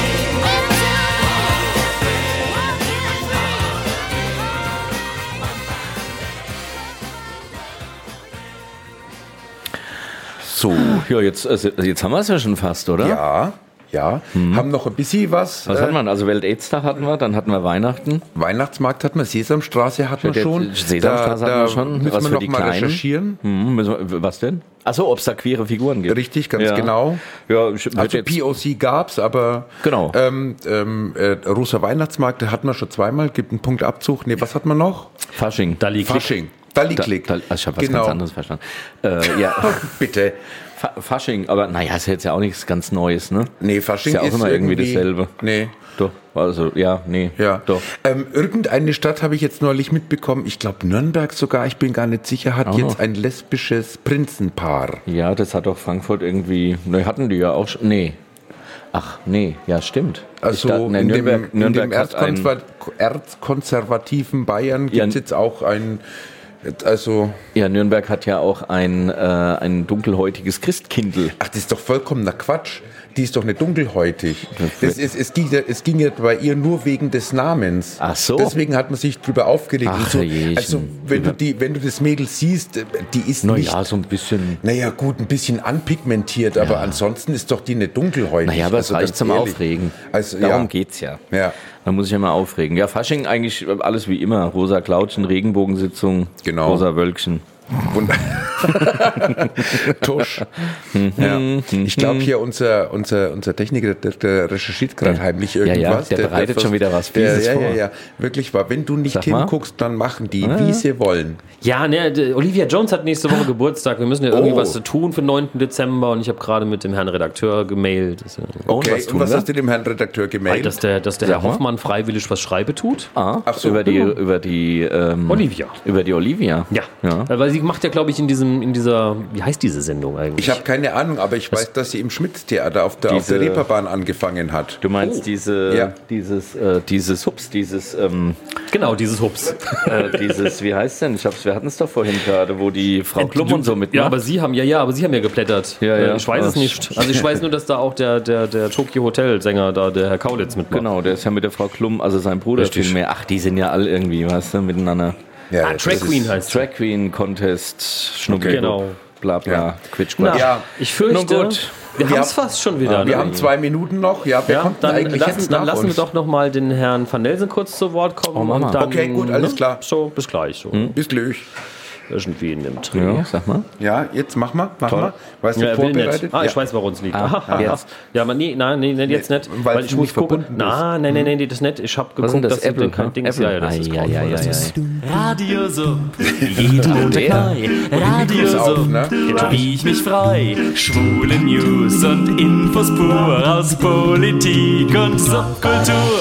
So, ja, jetzt, also jetzt haben wir es ja schon fast, oder?
Ja, ja. Haben noch ein bisschen was.
Was
äh,
hatten wir? Also Welt-Aids-Tag hatten wir, dann hatten wir Weihnachten.
Weihnachtsmarkt hatten wir, Sesamstraße hatten wir
Der-
schon.
Sesamstraße hatten wir schon.
Müssen
Was
wir
für
noch
die
mal
Kleinen?
recherchieren.
Hm, müssen wir, was denn? Achso, ob es da queere Figuren gibt.
Richtig, ganz
Ja.
genau.
Ja, ich würd
Also
jetzt,
P O C gab's, aber
Genau.
ähm, ähm, äh, Rosa Weihnachtsmarkt da hatten wir schon zweimal, gibt einen Punktabzug. Nee, was hat man noch?
Fasching.
Dali Klick.
Fasching. Dali-Klick.
Da, da, also ich habe was
Genau.
ganz anderes verstanden. Äh, ja,
Bitte.
Fa Fasching, aber naja, ist jetzt ja auch nichts ganz Neues, ne?
Nee, Fasching
Ist ja auch immer irgendwie
irgendwie
dasselbe.
Nee.
Doch, also, ja, nee,
Ja.
doch.
Ähm, irgendeine Stadt habe ich jetzt neulich mitbekommen, ich glaube Nürnberg sogar, ich bin gar nicht sicher, hat
Auch
jetzt
noch.
ein lesbisches Prinzenpaar.
Ja, das hat doch Frankfurt irgendwie, ne, hatten die ja auch schon, nee. Ach, nee, ja, stimmt.
Also
Ich dachte, ne,
in,
Nürnberg,
dem,
Nürnberg
in dem
hat ein,
erzkonserva- erzkonservativen Bayern gibt es
Ja.
jetzt auch ein, also,
ja, Nürnberg hat ja auch ein, äh, ein dunkelhäutiges Christkindl.
ach, das ist doch vollkommener Quatsch. die ist doch nicht dunkelhäutig. Das ist, es, ging, ja- es ging ja bei ihr nur wegen des Namens.
Ach so.
Deswegen hat man sich drüber aufgeregt.
Ach,
und so.
Jechen.
Also wenn du, die, wenn du das Mädel siehst, die ist nicht...
Naja, so ein bisschen.
Naja gut, ein bisschen anpigmentiert, aber ansonsten ist doch die nicht dunkelhäutig.
Naja, aber es
Also
reicht
ganz
zum
ehrlich.
Aufregen.
Also,
Darum
ja.
geht's ja.
Ja.
Da muss ich ja mal aufregen. Ja, Fasching eigentlich alles wie immer. Rosa Klautschen, Regenbogensitzung,
Genau.
rosa Wölkchen.
Und Tusch. Ja. Ich glaube hier unser, unser, unser Techniker, der, der recherchiert gerade
Ja.
heimlich
Ja, ja,
irgendwas.
der bereitet schon wieder was
der,
Fieses
ja,
vor.
ja, ja, wirklich wahr. Wenn du nicht
Sag mal.
hinguckst, dann machen die, wie sie wollen.
Ja, ne, d- Olivia Jones hat nächste Woche Geburtstag. Wir müssen ja irgendwie
Oh.
was tun für den neunten Dezember und ich habe gerade mit dem Herrn Redakteur gemailt, dass, äh,
Okay,
was
und
tun
was
wir?
hast du dem Herrn Redakteur gemailt?
dass der, dass der
Sag
Herr
mal.
Hoffmann freiwillig was Schreibe tut.
Ah,
Ach so,
über die,
genau.
über die, ähm,
Olivia.
über die Olivia.
Ja.
Ja.
Äh, weil sie macht ja, glaube ich, in diesem, in dieser, wie heißt diese Sendung eigentlich?
Ich habe keine Ahnung, aber ich weiß, dass sie im Schmitz-Theater auf der, auf der
Diese-
Reeperbahn angefangen hat.
Du meinst diese,
Ja.
dieses, äh, dieses Hups, dieses, ähm,
Genau, dieses Hups.
äh, dieses, wie heißt denn? Ich hab's, wir hatten es doch vorhin gerade, wo die Frau Klum und so mitmacht.
Ja, aber sie haben ja, ja, aber sie haben ja geplättert.
Ja, ja.
Äh, Ich weiß es
Ach,
nicht. Also ich weiß nur, dass da auch der, der, der Tokyo Hotel Sänger da, der Herr Kaulitz mitmacht.
Genau, der ist ja mit der Frau Klum, also sein Bruder
Richtig.
vielmehr. Ach, die sind ja alle irgendwie, weißt du, miteinander.
Ja,
Ah,
das
Drag
ist-
Queen heißt sie.
Drag Queen Contest, Schnucki,
Genau.
bla bla,
Ja.
Quitsch,
Na,
Quatsch.
Ja.
ich fürchte,
Nun gut.
wir
Wir
haben es
haben-
fast schon wieder.
Wir
ne?
haben zwei Minuten noch. Ja, wer
ja,
kommt denn
dann
eigentlich
lassen,
jetzt
dann
nach
lassen wir
uns?
doch noch mal den Herrn Van Nelsen kurz zu Wort kommen.
Oh, Mama.
und dann,
Okay, gut, alles
ne?
klar.
So, bis gleich. So.
Bis gleich.
Irgendwie in dem Dreh.
Ja, sag mal.
Ja, jetzt mach mal, mach
Toll.
mal. Weißt du,
Ja, er will
vorbereitet?
nicht. Ah, ich
Ja.
weiß, woran es liegt.
Ah,
Aha,
jetzt.
Ja, aber nee, nein, nee, nee, jetzt nicht.
Weil
Weil
du
ich muss
nicht
gucken.
verbunden bist.
Nein, nein, nein, nee, das nicht. Ich habe
Was ist denn
geguckt,
das?
dass sie
Apple,
den kein
ne?
Ding.
Apple?
Ja, ja, das ist
Ah, ja,
Grauenvoll,
ja,
das
ja,
ist-
Radio Sub. Jeden Montag neu. Radio
Mikros auf,
Sub.
ne?
Wie ich mich freu. Schwule News und Infos pur aus Politik und Subkultur.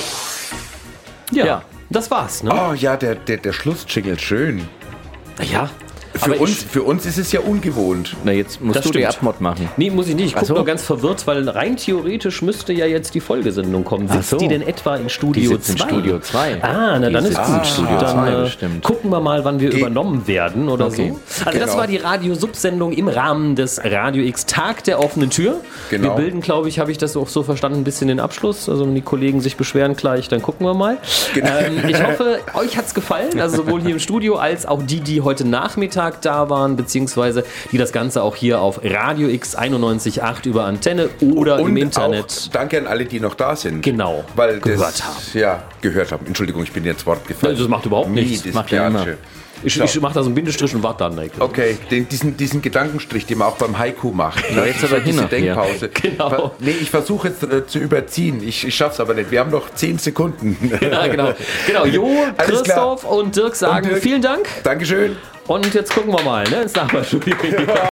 Ja,
Ja.
das war's, ne?
Oh ja, der, der, der Schlussjingle, schön.
Ja.
Für
Aber
uns,
ich-
für uns ist es ja ungewohnt.
Na, jetzt musst
Das
du die
stimmt.
Abmod machen.
Nee, muss ich nicht. Ich
Ach
gucke
so.
nur ganz verwirrt, weil rein theoretisch müsste ja jetzt die Folgesendung kommen. Sitzt
so.
die denn etwa in Studio
Die sitzt in
zwei?
Studio zwei.
Ah, na
Die
dann ist
sitzt
gut.
in Studio
dann
zwei,
äh,
bestimmt.
gucken wir mal, wann wir
Ge-
übernommen werden oder
Okay.
so. Also das
Genau.
war die Radio-Sub-Sendung im Rahmen des Radio X Tag der offenen Tür.
Genau.
Wir bilden, glaube ich, habe ich das auch so verstanden, ein bisschen den Abschluss. Also wenn die Kollegen sich beschweren gleich, dann gucken wir mal.
Genau.
Ähm, ich hoffe, euch hat's gefallen. Also sowohl hier im Studio als auch die, die heute Nachmittag da waren, beziehungsweise die das Ganze auch hier auf Radio X einundneunzig Komma acht über Antenne oder im Internet.
Auch danke an alle, die noch da sind.
Genau,
Weil
gehört
das,
haben.
Ja, gehört haben. Entschuldigung, ich bin jetzt Wort gefallen.
Nein, das macht überhaupt
Nee,
nichts.
das
Macht ja
Klatsche.
immer.
Ich, ich mache da so einen Bindestrich und warte dann.
Okay, den, diesen, diesen Gedankenstrich, den man auch beim Haiku macht.
Ja, jetzt aber
diese
hin nachher.
Denkpause.
Genau.
Ver- Nee, ich versuche jetzt äh, zu überziehen. Ich, ich schaff's aber nicht. Wir haben noch zehn Sekunden.
Ja, genau. Genau, Jo,
Alles klar.
Christoph und Dirk sagen
Und Dirk.
vielen Dank.
Dankeschön.
Und jetzt gucken wir mal ne, ins Nachbarstudio.